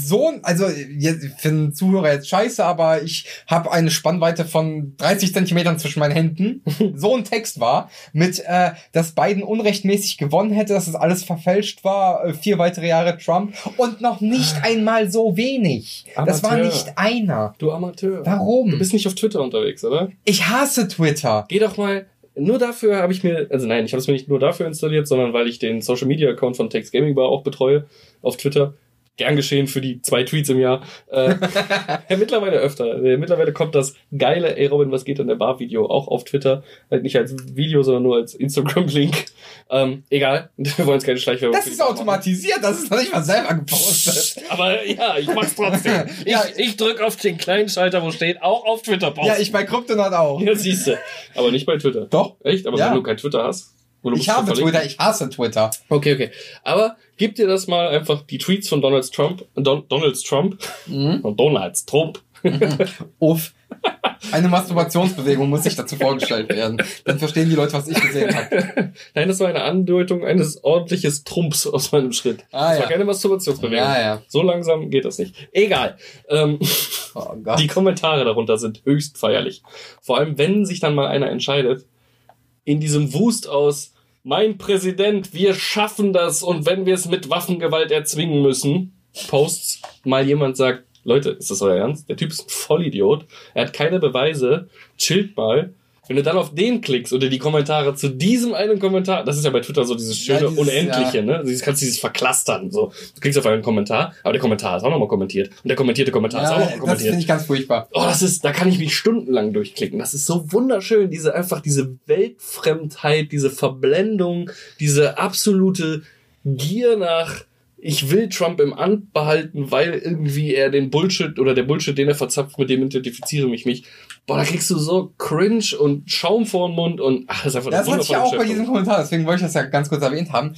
also jetzt, für den Zuhörer jetzt scheiße, aber ich habe eine Spannweite von 30 Zentimetern zwischen meinen Händen. So ein Text war mit, dass Biden unrechtmäßig gewonnen hätte, dass das alles verfälscht war, 4 weitere Jahre Trump und noch nicht einmal so wenig. Amateur. Das war nicht einer. Du Amateur. Warum? Du bist nicht auf Twitter unterwegs, oder? Ich hasse Twitter. Geh doch mal... Nur dafür habe ich mir, also nein, ich habe es mir nicht nur dafür installiert, sondern weil ich den Social Media Account von Tex Gaming Bar auch betreue auf Twitter. Gern geschehen für die 2 Tweets im Jahr. Mittlerweile öfter. Mittlerweile kommt das geile Ey Robin, was geht an der Bar-Video auch auf Twitter. Halt nicht als Video, sondern nur als Instagram-Link. Egal, wir wollen jetzt keine Schleichwerbung. Das ist automatisiert, das ist noch nicht mal selber gepostet. Aber ja, ich mach's trotzdem. Ich drück auf den kleinen Schalter, wo steht, auch auf Twitter posten. Ja, ich bei Kryptonaut auch. Ja, siehste. Aber nicht bei Twitter. Doch. Echt? Aber wenn du kein Twitter hast? Ich habe Twitter, ich hasse Twitter. Okay. Aber gib dir das mal einfach die Tweets von Donald Trump. Von Donald Trump. Uff. Eine Masturbationsbewegung muss sich dazu vorgestellt werden. Dann verstehen die Leute, was ich gesehen habe. Nein, das war eine Andeutung eines ordentliches Trumps aus meinem Schritt. Das war keine Masturbationsbewegung. Ja. So langsam geht das nicht. Egal. Die Kommentare darunter sind höchst feierlich. Vor allem, wenn sich dann mal einer entscheidet, in diesem Wust aus mein Präsident, wir schaffen das und wenn wir es mit Waffengewalt erzwingen müssen, Posts, mal jemand sagt, Leute, ist das euer Ernst? Der Typ ist ein Vollidiot, er hat keine Beweise, chillt mal. Wenn du dann auf den klickst oder die Kommentare zu diesem einen Kommentar, das ist ja bei Twitter so dieses schöne Unendliche, ne? Du kannst dieses verklustern, so. Du klickst auf einen Kommentar, aber der Kommentar ist auch nochmal kommentiert. Und der kommentierte Kommentar ist auch nochmal kommentiert. Das finde ich ganz furchtbar. Oh, da kann ich mich stundenlang durchklicken. Das ist so wunderschön, diese Weltfremdheit, diese Verblendung, diese absolute Gier nach, ich will Trump im Amt behalten, weil irgendwie er den Bullshit oder der Bullshit, den er verzapft, mit dem identifiziere ich mich. Boah, da kriegst du so Cringe und Schaum vor den Mund und das ist einfach das hatte ich ja auch bei diesem Kommentar, deswegen wollte ich das ja ganz kurz erwähnt haben.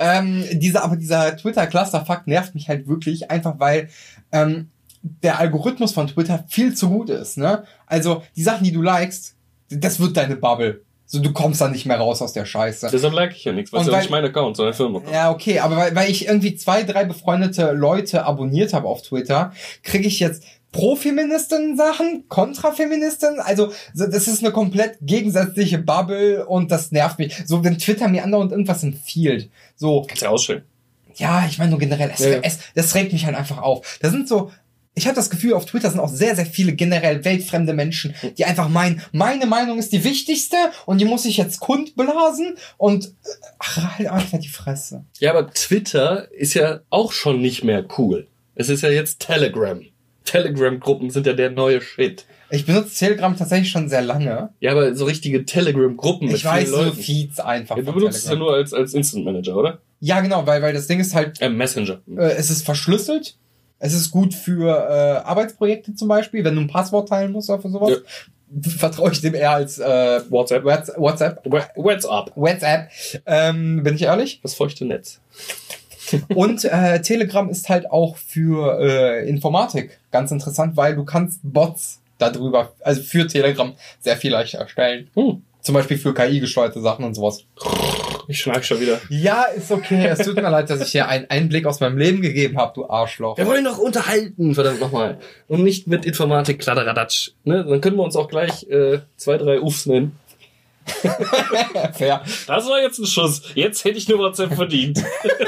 Dieser Twitter-Clusterfuck nervt mich halt wirklich, einfach weil der Algorithmus von Twitter viel zu gut ist, ne? Also, die Sachen, die du likest, das wird deine Bubble. So, du kommst da nicht mehr raus aus der Scheiße. Deshalb like ich ja nichts, weil es ja nicht mein Account, sondern Firma. Ja, okay, aber weil ich irgendwie 2, 3 befreundete Leute abonniert habe auf Twitter, kriege ich jetzt Pro-Feministen-Sachen, Kontra-Feministen, also das ist eine komplett gegensätzliche Bubble und das nervt mich. So, wenn Twitter mir andauernd irgendwas empfiehlt, so. Kannst du ja ausstellen. Ja, ich meine nur generell, das regt mich halt einfach auf. Da sind so, ich habe das Gefühl, auf Twitter sind auch sehr, sehr viele generell weltfremde Menschen, die einfach meinen, meine Meinung ist die wichtigste und die muss ich jetzt kundblasen und halt einfach die Fresse. Ja, aber Twitter ist ja auch schon nicht mehr cool. Es ist ja jetzt Telegram. Telegram-Gruppen sind ja der neue Shit. Ich benutze Telegram tatsächlich schon sehr lange. Ja, aber so richtige Telegram-Gruppen mit vielen Leuten. Ich weiß, so Feeds einfach. Ja, du benutzt es ja nur als Instant Manager, oder? Ja, genau, weil das Ding ist halt... Messenger. Es ist verschlüsselt. Es ist gut für Arbeitsprojekte zum Beispiel, wenn du ein Passwort teilen musst oder für sowas. Ja. Vertraue ich dem eher als WhatsApp. WhatsApp. Bin ich ehrlich? Das feuchte Netz. Und Telegram ist halt auch für Informatik ganz interessant, weil du kannst Bots darüber, also für Telegram, sehr viel leichter erstellen. Zum Beispiel für KI-gesteuerte Sachen und sowas. Ich schneide schon wieder. Ja, ist okay. Es tut mir leid, dass ich dir einen Einblick aus meinem Leben gegeben habe, du Arschloch. Wir wollen doch unterhalten, verdammt nochmal. Und nicht mit Informatik Kladderadatsch. Ne? Dann können wir uns auch gleich 2, 3 Ufs nennen. Fair. Das war jetzt ein Schuss. Jetzt hätte ich nur WhatsApp verdient.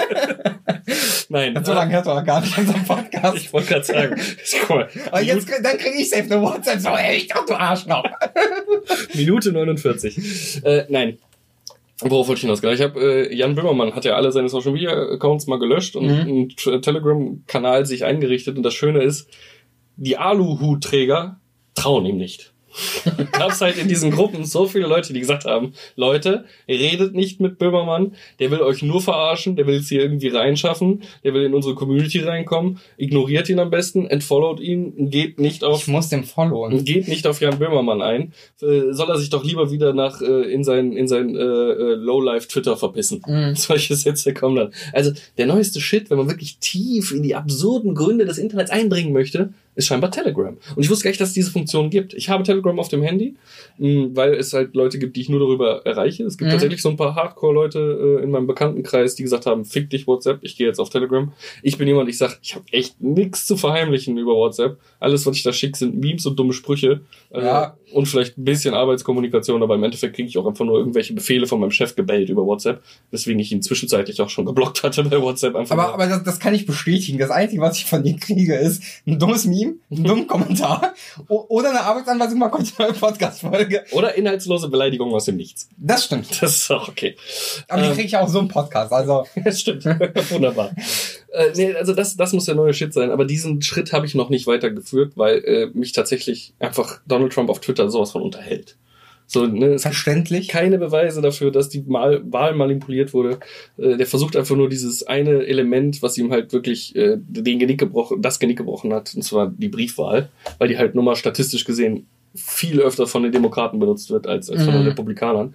Nein. So lange hört man gar nicht unseren Podcast. Ich wollte gerade sagen. Guck mal, und jetzt, dann kriege ich safe eine WhatsApp. So, echt, du Arschloch. Minute 49. Nein. Worauf wollte ich hinaus? Ich habe Jan Böhmermann hat ja alle seine Social Media Accounts mal gelöscht und einen Telegram-Kanal sich eingerichtet. Und das Schöne ist, die Aluhutträger trauen ihm nicht. Gab's halt in diesen Gruppen so viele Leute, die gesagt haben, Leute, redet nicht mit Böhmermann, der will euch nur verarschen, der will es hier irgendwie reinschaffen, der will in unsere Community reinkommen, ignoriert ihn am besten, entfollowt ihn, geht nicht auf... Ich muss den followen. Geht nicht auf Jan Böhmermann ein, soll er sich doch lieber wieder nach in sein Lowlife-Twitter verpissen. Solche Sätze kommen dann. Also der neueste Shit, wenn man wirklich tief in die absurden Gründe des Internets eindringen möchte, ist scheinbar Telegram. Und ich wusste gar nicht, dass es diese Funktion gibt. Ich habe Telegram auf dem Handy, weil es halt Leute gibt, die ich nur darüber erreiche. Es gibt tatsächlich so ein paar Hardcore-Leute in meinem Bekanntenkreis, die gesagt haben, fick dich WhatsApp, ich gehe jetzt auf Telegram. Ich bin jemand, ich sag, ich habe echt nichts zu verheimlichen über WhatsApp. Alles, was ich da schicke, sind Memes und dumme Sprüche. Und vielleicht ein bisschen Arbeitskommunikation, aber im Endeffekt kriege ich auch einfach nur irgendwelche Befehle von meinem Chef gebellt über WhatsApp, weswegen ich ihn zwischenzeitlich auch schon geblockt hatte bei WhatsApp. Aber das kann ich bestätigen. Das Einzige, was ich von dir kriege, ist ein dummes Meme, einen dummen Kommentar oder eine Arbeitsanweisung, mal kurz eine Podcast-Folge. Oder inhaltslose Beleidigung aus dem Nichts. Das stimmt. Das ist auch okay. Aber die kriege ich auch so im Podcast, also. Das stimmt. Wunderbar. Nee, also das muss der neue Shit sein. Aber diesen Schritt habe ich noch nicht weitergeführt, weil mich tatsächlich einfach Donald Trump auf Twitter sowas von unterhält. So, ne, verständlich. Keine Beweise dafür, dass die Wahl manipuliert wurde. Der versucht einfach nur dieses eine Element, was ihm halt wirklich das Genick gebrochen hat, und zwar die Briefwahl, weil die halt nur mal statistisch gesehen viel öfter von den Demokraten benutzt wird als von den Republikanern.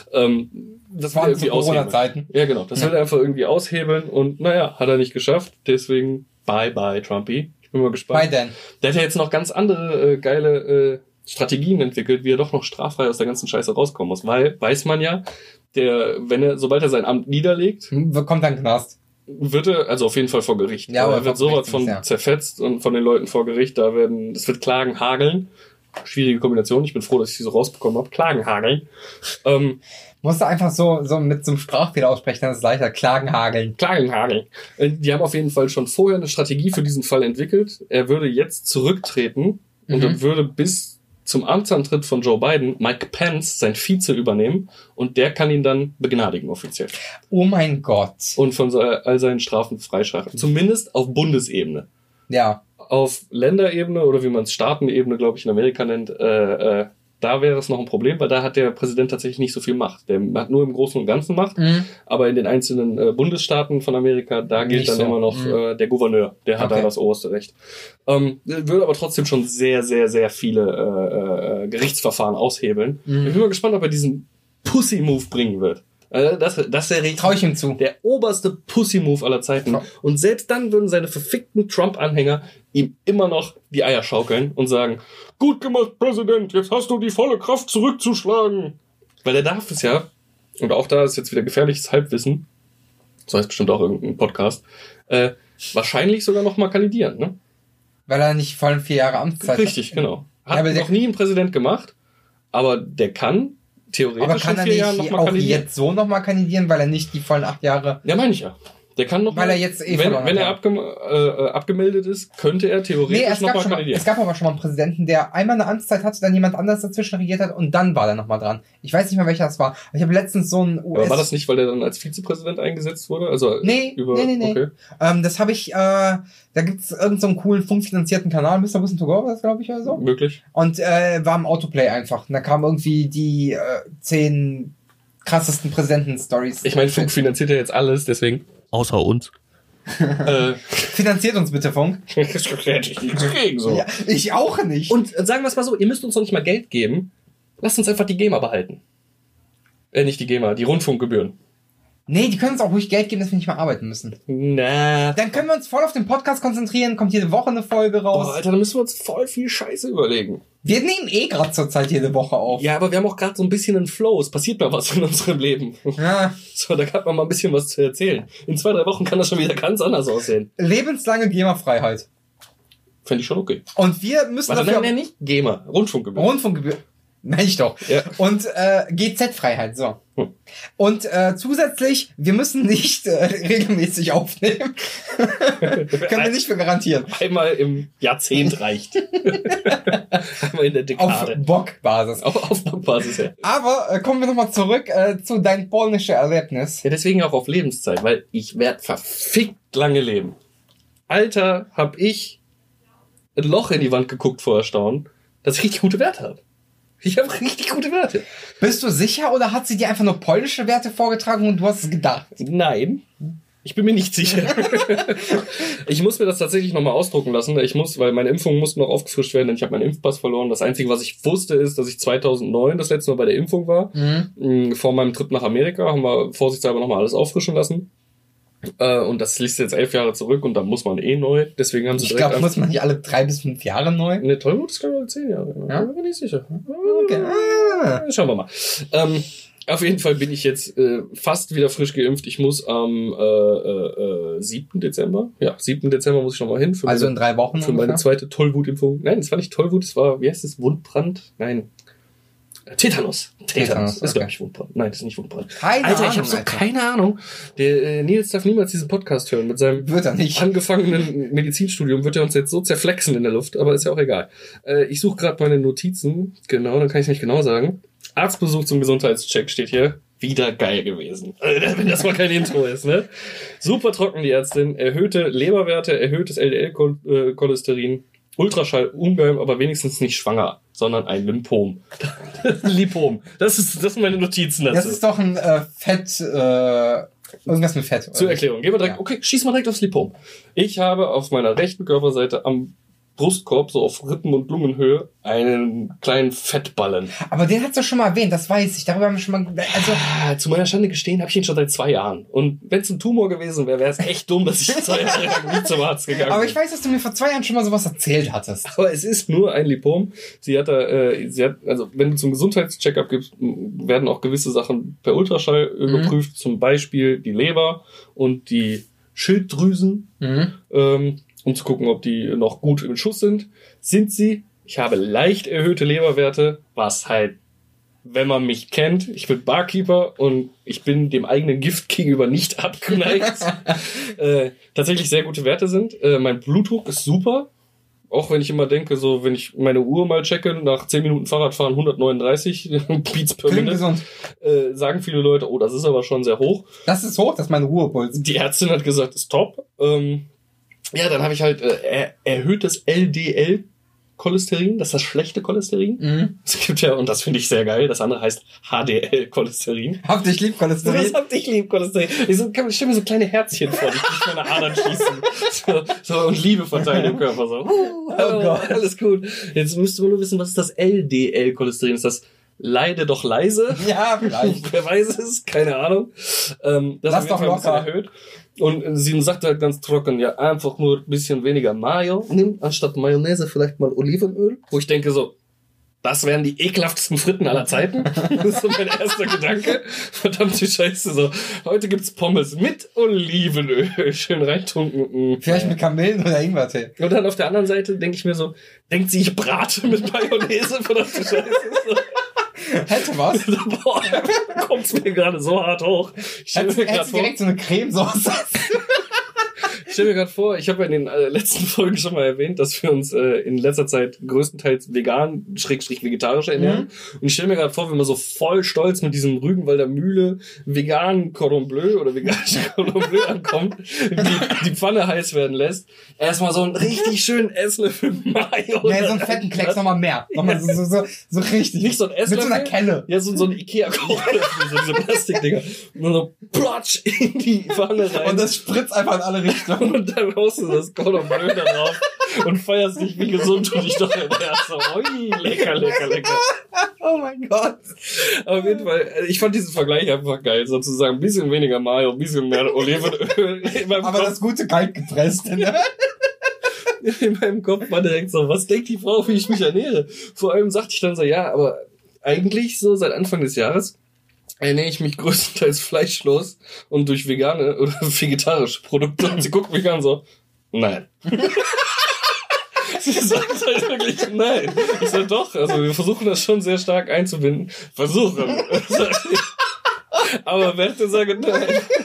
Das waren zu Corona-Zeiten. Ja, genau. Das will er einfach irgendwie aushebeln und naja, hat er nicht geschafft. Deswegen bye Trumpy. Ich bin mal gespannt. Bye then. Der hat ja jetzt noch ganz andere geile Strategien entwickelt, wie er doch noch straffrei aus der ganzen Scheiße rauskommen muss. Weil, weiß man ja, sobald er sein Amt niederlegt, kommt dann Knast. Wird er, also auf jeden Fall vor Gericht. Ja, aber er wird sowas von zerfetzt und von den Leuten vor Gericht, es wird Klagen hageln. Schwierige Kombination, ich bin froh, dass ich sie so rausbekommen habe. Klagen hageln. Musst du einfach so mit so einem Sprachfehler aussprechen, dann ist es leichter. Klagen hageln. Klagen hageln. Die haben auf jeden Fall schon vorher eine Strategie für diesen Fall entwickelt. Er würde jetzt zurücktreten und dann würde bis zum Amtsantritt von Joe Biden Mike Pence sein Vize übernehmen und der kann ihn dann begnadigen offiziell. Oh mein Gott. Und von all seinen Strafen freischaffen. Zumindest auf Bundesebene. Ja. Auf Länderebene oder wie man es Staatenebene, glaube ich, in Amerika nennt, da wäre es noch ein Problem, weil da hat der Präsident tatsächlich nicht so viel Macht. Der hat nur im Großen und Ganzen Macht, aber in den einzelnen Bundesstaaten von Amerika, da gilt nicht dann so. Immer noch der Gouverneur, der hat da das oberste Recht. Würde aber trotzdem schon sehr, sehr, sehr viele Gerichtsverfahren aushebeln. Ich bin mal gespannt, ob er diesen Pussy-Move bringen wird. Das wäre richtig. Trau ich ihm zu. Der oberste Pussy-Move aller Zeiten. Ja. Und selbst dann würden seine verfickten Trump-Anhänger ihm immer noch die Eier schaukeln und sagen, gut gemacht, Präsident, jetzt hast du die volle Kraft zurückzuschlagen. Weil er darf es ja, und auch da ist jetzt wieder gefährliches Halbwissen, so heißt bestimmt auch irgendein Podcast, wahrscheinlich sogar noch mal kandidieren, ne? Weil er nicht vollen 4 Jahre Amtszeit hat. Richtig, genau. Hat noch nie ein Präsident gemacht, aber der kann theoretisch aber kann in 4 Jahren noch mal kandidieren. Jetzt so noch mal kandidieren, weil er nicht die vollen 8 Jahre... Ja, meine ich ja. Der kann noch weil mal, er jetzt wenn er abgemeldet ist, könnte er theoretisch noch mal kandidieren. Es gab aber schon mal einen Präsidenten, der einmal eine Amtszeit hatte, dann jemand anderes dazwischen regiert hat und dann war der noch mal dran. Ich weiß nicht mehr, welcher das war. Ich habe letztens so einen Aber war das nicht, weil der dann als Vizepräsident eingesetzt wurde? Also nee. Okay. Das habe ich, da gibt's irgendeinen so einen coolen funkfinanzierten Kanal, Mr. Wissen to Go, das glaube ich oder so. Möglich. Und war im Autoplay einfach. Und da kamen irgendwie die 10 krassesten Präsidenten-Stories. Ich meine, Funk finanziert ja jetzt alles, deswegen. Außer uns. Finanziert uns bitte, Funk. Das hätte ich nichts gegen so. Ja, ich auch nicht. Und sagen wir es mal so, ihr müsst uns doch nicht mal Geld geben. Lasst uns einfach die GEMA behalten. Nicht die GEMA, die Rundfunkgebühren. Nee, die können uns auch ruhig Geld geben, dass wir nicht mehr arbeiten müssen. Na. Dann können wir uns voll auf den Podcast konzentrieren, kommt jede Woche eine Folge raus. Boah, Alter, dann müssen wir uns voll viel Scheiße überlegen. Wir nehmen gerade zur Zeit jede Woche auf. Ja, aber wir haben auch gerade so ein bisschen einen Flow. Es passiert mal was in unserem Leben. Ja. So, da kann man mal ein bisschen was zu erzählen. In 2-3 Wochen kann das schon wieder ganz anders aussehen. Lebenslange GEMA-Freiheit. Fände ich schon okay. Und wir müssen dafür... Nein, nicht GEMA. Rundfunkgebühr. Meine ich doch. Ja. Und GZ-Freiheit, so. Und zusätzlich, wir müssen nicht regelmäßig aufnehmen. Können wir nicht für garantieren. Einmal im Jahrzehnt reicht. Einmal in der Dekade. Auf Bockbasis. Auf Bockbasis, ja. Aber kommen wir nochmal zurück zu dein polnische Erlebnis. Ja, deswegen auch auf Lebenszeit, weil ich werde verfickt lange leben. Alter, hab ich ein Loch in die Wand geguckt vor Erstaunen, dass ich richtig gute Werte habe. Ich habe richtig gute Werte. Bist du sicher oder hat sie dir einfach nur polnische Werte vorgetragen und du hast es gedacht? Nein, ich bin mir nicht sicher. Ich muss mir das tatsächlich nochmal ausdrucken lassen. Weil meine Impfungen mussten noch aufgefrischt werden, denn ich habe meinen Impfpass verloren. Das Einzige, was ich wusste, ist, dass ich 2009 das letzte Mal bei der Impfung war. Mhm. Vor meinem Trip nach Amerika haben wir vorsichtshalber nochmal alles auffrischen lassen. Und das liegt jetzt 11 Jahre zurück und da muss man neu. Deswegen haben sie direkt. Ich glaube, muss man nicht alle 3 bis 5 Jahre neu? Ne, Tollwut ist glaube ich alle 10 Jahre. Ja? Ich bin nicht sicher. Okay. Schauen wir mal. Auf jeden Fall bin ich jetzt fast wieder frisch geimpft. Ich muss am 7. Dezember. Ja, 7. Dezember muss ich nochmal hin. Also in 3 Wochen. Für meine zweite Tollwutimpfung. Nein, es war nicht Tollwut, es war, wie heißt es, Wundbrand? Nein. Tetanus. Ist, okay. Glaube ich, Wundbrand. Nein, das ist nicht Wundbrand. Alter, ich habe so keine Ahnung. Der Nils darf niemals diesen Podcast hören. Mit seinem angefangenen Medizinstudium wird er uns jetzt so zerflexen in der Luft, aber ist ja auch egal. Ich suche gerade meine Notizen. Genau, dann kann ich es nicht genau sagen. Arztbesuch zum Gesundheitscheck steht hier. Wieder geil gewesen. Wenn das mal kein Intro ist, ne? Super trocken, die Ärztin. Erhöhte Leberwerte, erhöhtes LDL-Cholesterin. Ultraschall, ungeheim, aber wenigstens nicht schwanger, sondern ein Lymphom. Lipom. Das sind meine Notizen dazu. Das ist doch ein Fett, irgendwas mit Fett. Zur Erklärung. Gehen wir direkt, okay, schieß mal direkt aufs Lipom. Ich habe auf meiner rechten Körperseite am Brustkorb, so auf Rippen- und Lungenhöhe, einen kleinen Fettballen. Aber den hast du schon mal erwähnt, das weiß ich. Darüber haben wir schon mal... Also zu meiner Schande gestehen, habe ich ihn schon seit 2 Jahren. Und wenn es ein Tumor gewesen wäre, wäre es echt dumm, dass ich 2 Jahre lang nie zum Arzt gegangen bin. Aber ich weiß, dass du mir vor 2 Jahren schon mal sowas erzählt hattest. Aber es ist nur ein Lipom. Also wenn du zum Gesundheitscheckup gibst, werden auch gewisse Sachen per Ultraschall überprüft. Zum Beispiel die Leber und die Schilddrüsen. Um zu gucken, ob die noch gut im Schuss sind. Sind sie? Ich habe leicht erhöhte Leberwerte, was halt, wenn man mich kennt, ich bin Barkeeper und ich bin dem eigenen Gift gegenüber nicht abgeneigt. Tatsächlich sehr gute Werte sind. Mein Blutdruck ist super. Auch wenn ich immer denke, so wenn ich meine Uhr mal checke, nach 10 Minuten Fahrradfahren 139 Beats per Minute, sagen viele Leute, oh, das ist aber schon sehr hoch. Das ist hoch, das ist mein Ruhepuls. Die Ärztin hat gesagt, ist top. Ja, dann habe ich halt erhöhtes LDL-Cholesterin, das ist das schlechte Cholesterin. Es gibt ja, und das finde ich sehr geil, das andere heißt HDL-Cholesterin. Hab dich lieb Cholesterin. Das hab dich lieb Cholesterin. Ich stelle mir so kleine Herzchen vor, die durch meine Adern schießen. So und Liebe verteilen im Körper. So. Oh Gott. Alles gut. Jetzt müsste man nur wissen, was ist das LDL-Cholesterin? Ist das Leide doch leise? Ja, vielleicht. Wer weiß es? Keine Ahnung. Das Lass doch locker. Erhöht. Und sie sagt halt ganz trocken, ja, einfach nur ein bisschen weniger Mayo nimm, anstatt Mayonnaise vielleicht mal Olivenöl. Wo ich denke so, das wären die ekelhaftesten Fritten aller Zeiten. Das ist so mein erster Gedanke. Verdammte Scheiße, so. Heute gibt's Pommes mit Olivenöl. Schön reintunken. Vielleicht mit Kamillen oder Ingwertee. Und dann auf der anderen Seite denke ich mir so, denkt sie, ich brate mit Mayonnaise? Verdammte Scheiße. So. Hätte was. Boah, kommt's mir gerade so hart hoch. Ich stell mir gerade vor, direkt so eine Cremesauce. Ich stelle mir gerade vor, ich habe ja in den letzten Folgen schon mal erwähnt, dass wir uns in letzter Zeit größtenteils vegan, /vegetarisch ernähren. Und ich stelle mir gerade vor, wenn man so voll stolz mit diesem Rügenwalder Mühle veganen Cordon Bleu oder veganischen Cordon Bleu ankommt, die Pfanne heiß werden lässt, erstmal so einen richtig schönen Esslöffel Mayo. Ja, so einen fetten Klecks nochmal mehr. Nochmal so richtig. Nicht so ein Esslöffel. Mit so einer Kelle. Ja, so ein Ikea-Kochlöffel, so diese Plastikdinger. Und dann so platsch in die Pfanne rein. Und das spritzt einfach in alle Richtungen. Und dann haust du das Cordon Bleu da drauf. und feierst nicht, wie gesund du dich doch ernährst. So, ui, lecker. Oh mein Gott. Aber auf jeden Fall, ich fand diesen Vergleich einfach geil, sozusagen. Ein bisschen weniger Mayo, ein bisschen mehr Olivenöl. Aber Kopf, das gute kalt gepresste, ne? In meinem Kopf war direkt so, was denkt die Frau, wie ich mich ernähre? Vor allem sagte ich dann so, ja, aber eigentlich so seit Anfang des Jahres ernähre ich mich größtenteils fleischlos und durch vegane oder vegetarische Produkte. Und sie guckt mich an so, nein. Sie sagt halt wirklich nein. Ich sag doch, also wir versuchen das schon sehr stark einzubinden. Versuchen. Aber Werte sagen nein.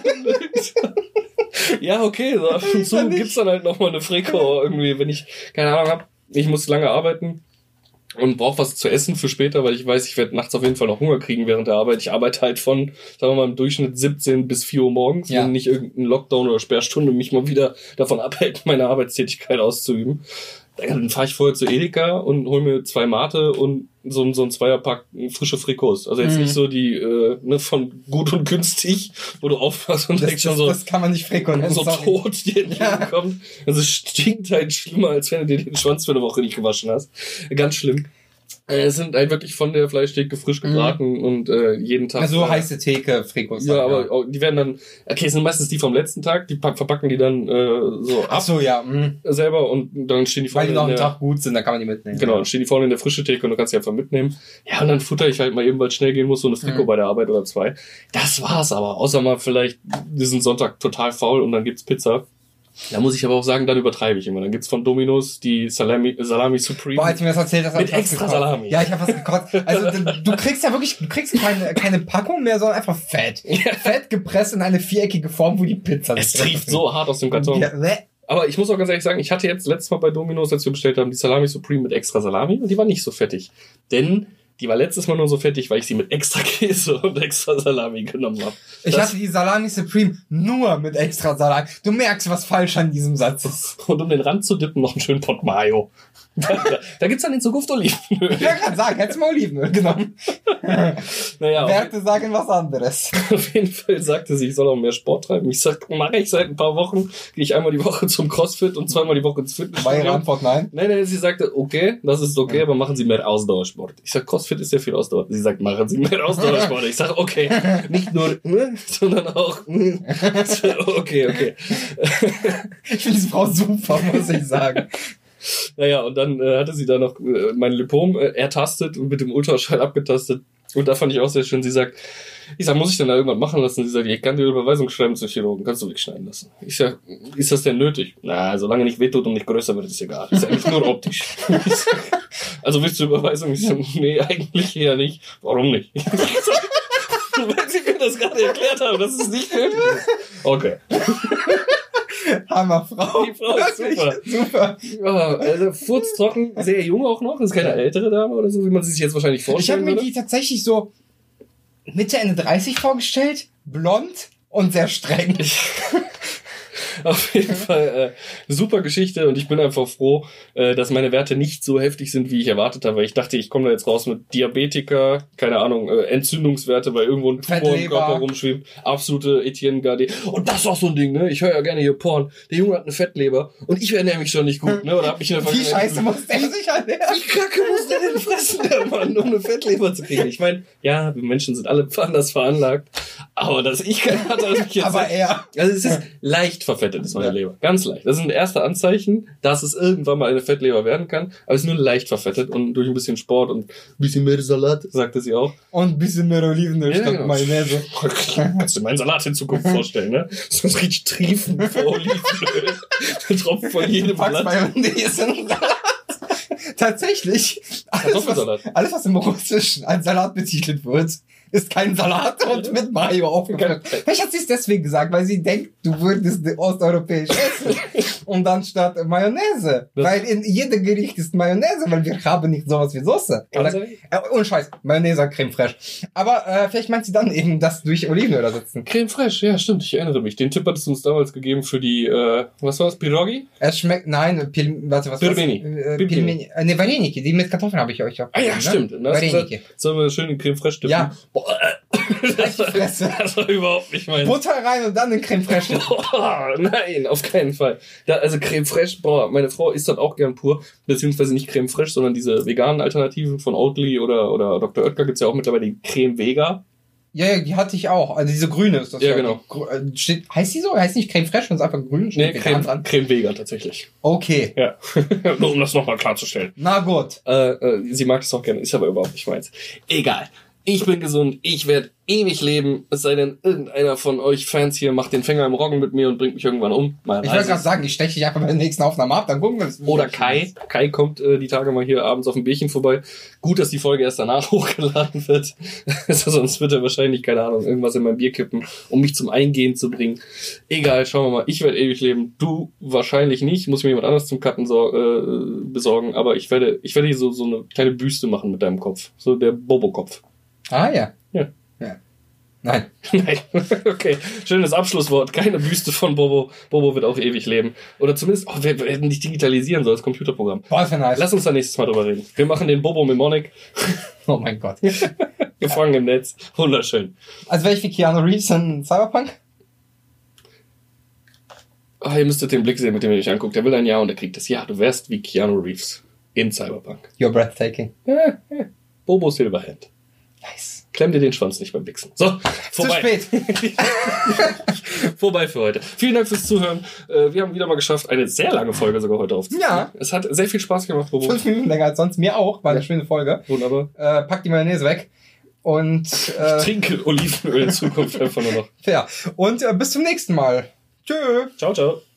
Ja, okay, so ab und zu gibt's dann halt nochmal eine Freko irgendwie, wenn ich keine Ahnung hab, ich muss lange arbeiten und brauche was zu essen für später, weil ich weiß, ich werde nachts auf jeden Fall noch Hunger kriegen während der Arbeit. Ich arbeite halt von, sagen wir mal, im Durchschnitt 17 bis 4 Uhr morgens, wenn nicht irgendein Lockdown oder Sperrstunde mich mal wieder davon abhält, meine Arbeitstätigkeit auszuüben. Dann fahre ich vorher zu Edeka und hol mir 2 Mate und so ein Zweierpack frische Frikos. Also jetzt nicht so die von gut und günstig, wo du aufpasst und denkst schon so, das kann man nicht Frikos nennen, so tot dir entgegenkommt. Also es stinkt halt schlimmer, als wenn du dir den Schwanz für eine Woche nicht gewaschen hast. Ganz schlimm. Es sind halt wirklich von der Fleischtheke frisch gebraten und jeden Tag. Also heiße Theke, Frikos. Ja, aber auch, die werden dann, okay, es sind meistens die vom letzten Tag, die verpacken die dann so ab. Ach so, ja. Selber und dann stehen die vorne. Weil die noch einen Tag gut sind, dann kann man die mitnehmen. Genau, dann stehen die vorne in der frische Theke und du kannst die einfach mitnehmen. Ja, und dann futter ich halt mal eben, weil es schnell gehen muss, so eine Friko bei der Arbeit oder 2. Das war's aber. Außer mal vielleicht diesen Sonntag total faul und dann gibt's Pizza. Da muss ich aber auch sagen, dann übertreibe ich immer. Dann gibt's von Domino's die Salami Supreme. Boah, als du mir das erzählt hast, mit extra Salami. Ja, ich hab was gekotzt. Also du kriegst ja wirklich, keine Packung mehr, sondern einfach Fett. Ja. Fett gepresst in eine viereckige Form, wo die Pizza Es trieft so hart aus dem Karton. Ja, aber ich muss auch ganz ehrlich sagen, ich hatte jetzt letztes Mal bei Domino's, als wir bestellt haben, die Salami Supreme mit extra Salami und die war nicht so fettig. Denn die war letztes Mal nur so fettig, weil ich sie mit extra Käse und extra Salami genommen habe. Ich hatte die Salami Supreme nur mit extra Salami. Du merkst, was falsch an diesem Satz ist. Und um den Rand zu dippen, noch einen schönen Pot Mayo. Da gibt's dann in Zukunft Olivenöl. Ich kann gerade sagen, hättest du mal Olivenöl genommen. Naja, Werte sagen was anderes. Auf jeden Fall sagte sie, ich soll auch mehr Sport treiben. Ich sag, mache ich seit ein paar Wochen. Gehe ich einmal die Woche zum CrossFit und zweimal die Woche ins Fitnessstudio. War ihre Antwort nein? Nein, sie sagte, okay, das ist okay, aber machen Sie mehr Ausdauersport. Ich sag, CrossFit ist ja viel Ausdauer. Sie sagt, machen Sie mehr Ausdauersport. Ich sag, okay, nicht nur, sondern auch, okay. Ich finde diese Frau super, muss ich sagen. Naja, und dann hatte sie da noch mein Lipom ertastet und mit dem Ultraschall abgetastet. Und da fand ich auch sehr schön, sie sagt, ich sag, muss ich denn da irgendwas machen lassen? Sie sagt, ich kann dir Überweisung schreiben zum Chirurgen, kannst du wegschneiden lassen. Ich sag, ist das denn nötig? Na, solange nicht wehtut und nicht größer wird, ist egal. Ist eigentlich nur optisch. Also willst du Überweisung? Ich sag, nee, eigentlich eher nicht. Warum nicht? Weil sie mir das gerade erklärt haben, dass es nicht nötig ist. Okay. Hammerfrau. Die Frau ist super. Ja, also furztrocken, sehr jung auch noch. Ist keine ältere Dame oder so, wie man sie sich jetzt wahrscheinlich vorstellen würde. Ich habe mir die tatsächlich so Mitte, Ende 30 vorgestellt. Blond und sehr streng. Auf jeden Fall super Geschichte und ich bin einfach froh, dass meine Werte nicht so heftig sind, wie ich erwartet habe. Weil ich dachte, ich komme da jetzt raus mit Diabetiker, keine Ahnung, Entzündungswerte, weil irgendwo ein Tumor im Körper rumschwebt. Absolute Etienne Gardet. Und das ist auch so ein Ding, ne? Ich höre ja gerne hier Porn. Der Junge hat eine Fettleber und ich ernähre mich schon nicht gut, ne? Oder hab mich in der Wie scheiße muss der sich ernähren? Wie kacke muss der denn fressen, der Mann, um eine Fettleber zu kriegen? Ich meine, ja, wir Menschen sind alle anders veranlagt, aber dass ich keine hatte, als ich jetzt... Aber er... Also es ist leicht verfettet, ist meine Leber. Ganz leicht. Das sind erste Anzeichen, dass es irgendwann mal eine Fettleber werden kann, aber es ist nur leicht verfettet und durch ein bisschen Sport und ein bisschen mehr Salat, sagte sie auch. Und ein bisschen mehr Olivenöl statt Mayonnaise. Kannst du meinen Salat in Zukunft vorstellen, ne? So richtig triefen vor Olivenöl. Der tropft von jedem Blatt. Mayonnaise in Salat. Tatsächlich, alles was im Russischen als Salat betitelt wird, ist kein Salat und mit Mayo aufgefüllt. Vielleicht hat sie es deswegen gesagt, weil sie denkt, du würdest osteuropäisch essen. Und dann statt Mayonnaise. Weil in jedem Gericht ist Mayonnaise, weil wir haben nicht sowas wie Soße. Ohne Scheiß, Mayonnaise, Creme fraiche. Aber vielleicht meint sie dann eben, das durch Olivenöl ersetzen. Creme fraiche, ja stimmt, ich erinnere mich. Den Tipp hattest du uns damals gegeben für die, was war es, Pirogi? Es schmeckt, nein, Pilmeni. Ne, Vareniki, die mit Kartoffeln habe ich euch auch. Ah ja, stimmt. Vareniki. Sollen wir schön den Creme fraiche tippen? Ja. Fresse. Das war überhaupt nicht meins. Butter rein und dann in Creme Fraiche. Boah, nein, auf keinen Fall. Also Creme Fraiche, boah, meine Frau isst das auch gern pur, beziehungsweise nicht Creme Fraiche, sondern diese veganen Alternativen von Oatly oder Dr. Oetker gibt's ja auch mittlerweile die Creme Vega. Ja, die hatte ich auch. Also diese grüne ist das. Ja, genau. Heißt die so? Heißt nicht Creme Fraiche, sondern einfach grün? Nee, Creme Vega tatsächlich. Okay. Ja, nur um das nochmal klarzustellen. Na gut. Sie mag das auch gerne, ist aber überhaupt nicht meins. Egal. Ich bin gesund, ich werde ewig leben, es sei denn, irgendeiner von euch Fans hier macht den Fänger im Roggen mit mir und bringt mich irgendwann um. Ich wollte gerade sagen, ich steche dich einfach bei der nächsten Aufnahme ab, dann gucken wir es. Oder Kai. Kai kommt die Tage mal hier abends auf ein Bierchen vorbei. Gut, dass die Folge erst danach hochgeladen wird. Sonst wird er wahrscheinlich, keine Ahnung, irgendwas in mein Bier kippen, um mich zum Eingehen zu bringen. Egal, schauen wir mal. Ich werde ewig leben. Du wahrscheinlich nicht. Muss mir jemand anderes zum Cutten besorgen. Aber ich werde hier so eine kleine Büste machen mit deinem Kopf. So der Bobo-Kopf. Ah, ja. Ja. Nein. Nein. Okay. Schönes Abschlusswort. Keine Büste von Bobo. Bobo wird auch ewig leben. Oder zumindest, wir hätten dich digitalisieren sollen als Computerprogramm. Boah, für nice. Lass uns da nächstes Mal drüber reden. Wir machen den Bobo Mnemonic. Oh mein Gott. Gefangen im Netz. Wunderschön. Also wäre ich wie Keanu Reeves in Cyberpunk? Ihr müsstet den Blick sehen, mit dem ihr euch anguckt. Der will ein Ja und er kriegt das Ja. Du wärst wie Keanu Reeves in Cyberpunk. You're breathtaking. Bobo Silverhand. Nice. Klemm dir den Schwanz nicht beim Wichsen. So, vorbei. Zu spät. Vorbei für heute. Vielen Dank fürs Zuhören. Wir haben wieder mal geschafft, eine sehr lange Folge sogar heute aufzunehmen. Ja. Es hat sehr viel Spaß gemacht, Bobo. 5 Minuten länger als sonst. Mir auch. War eine schöne Folge. Wunderbar. Pack die Mayonnaise weg. Und Ich trinke Olivenöl in Zukunft einfach nur noch. ja. Und bis zum nächsten Mal. Tschö. Ciao, ciao.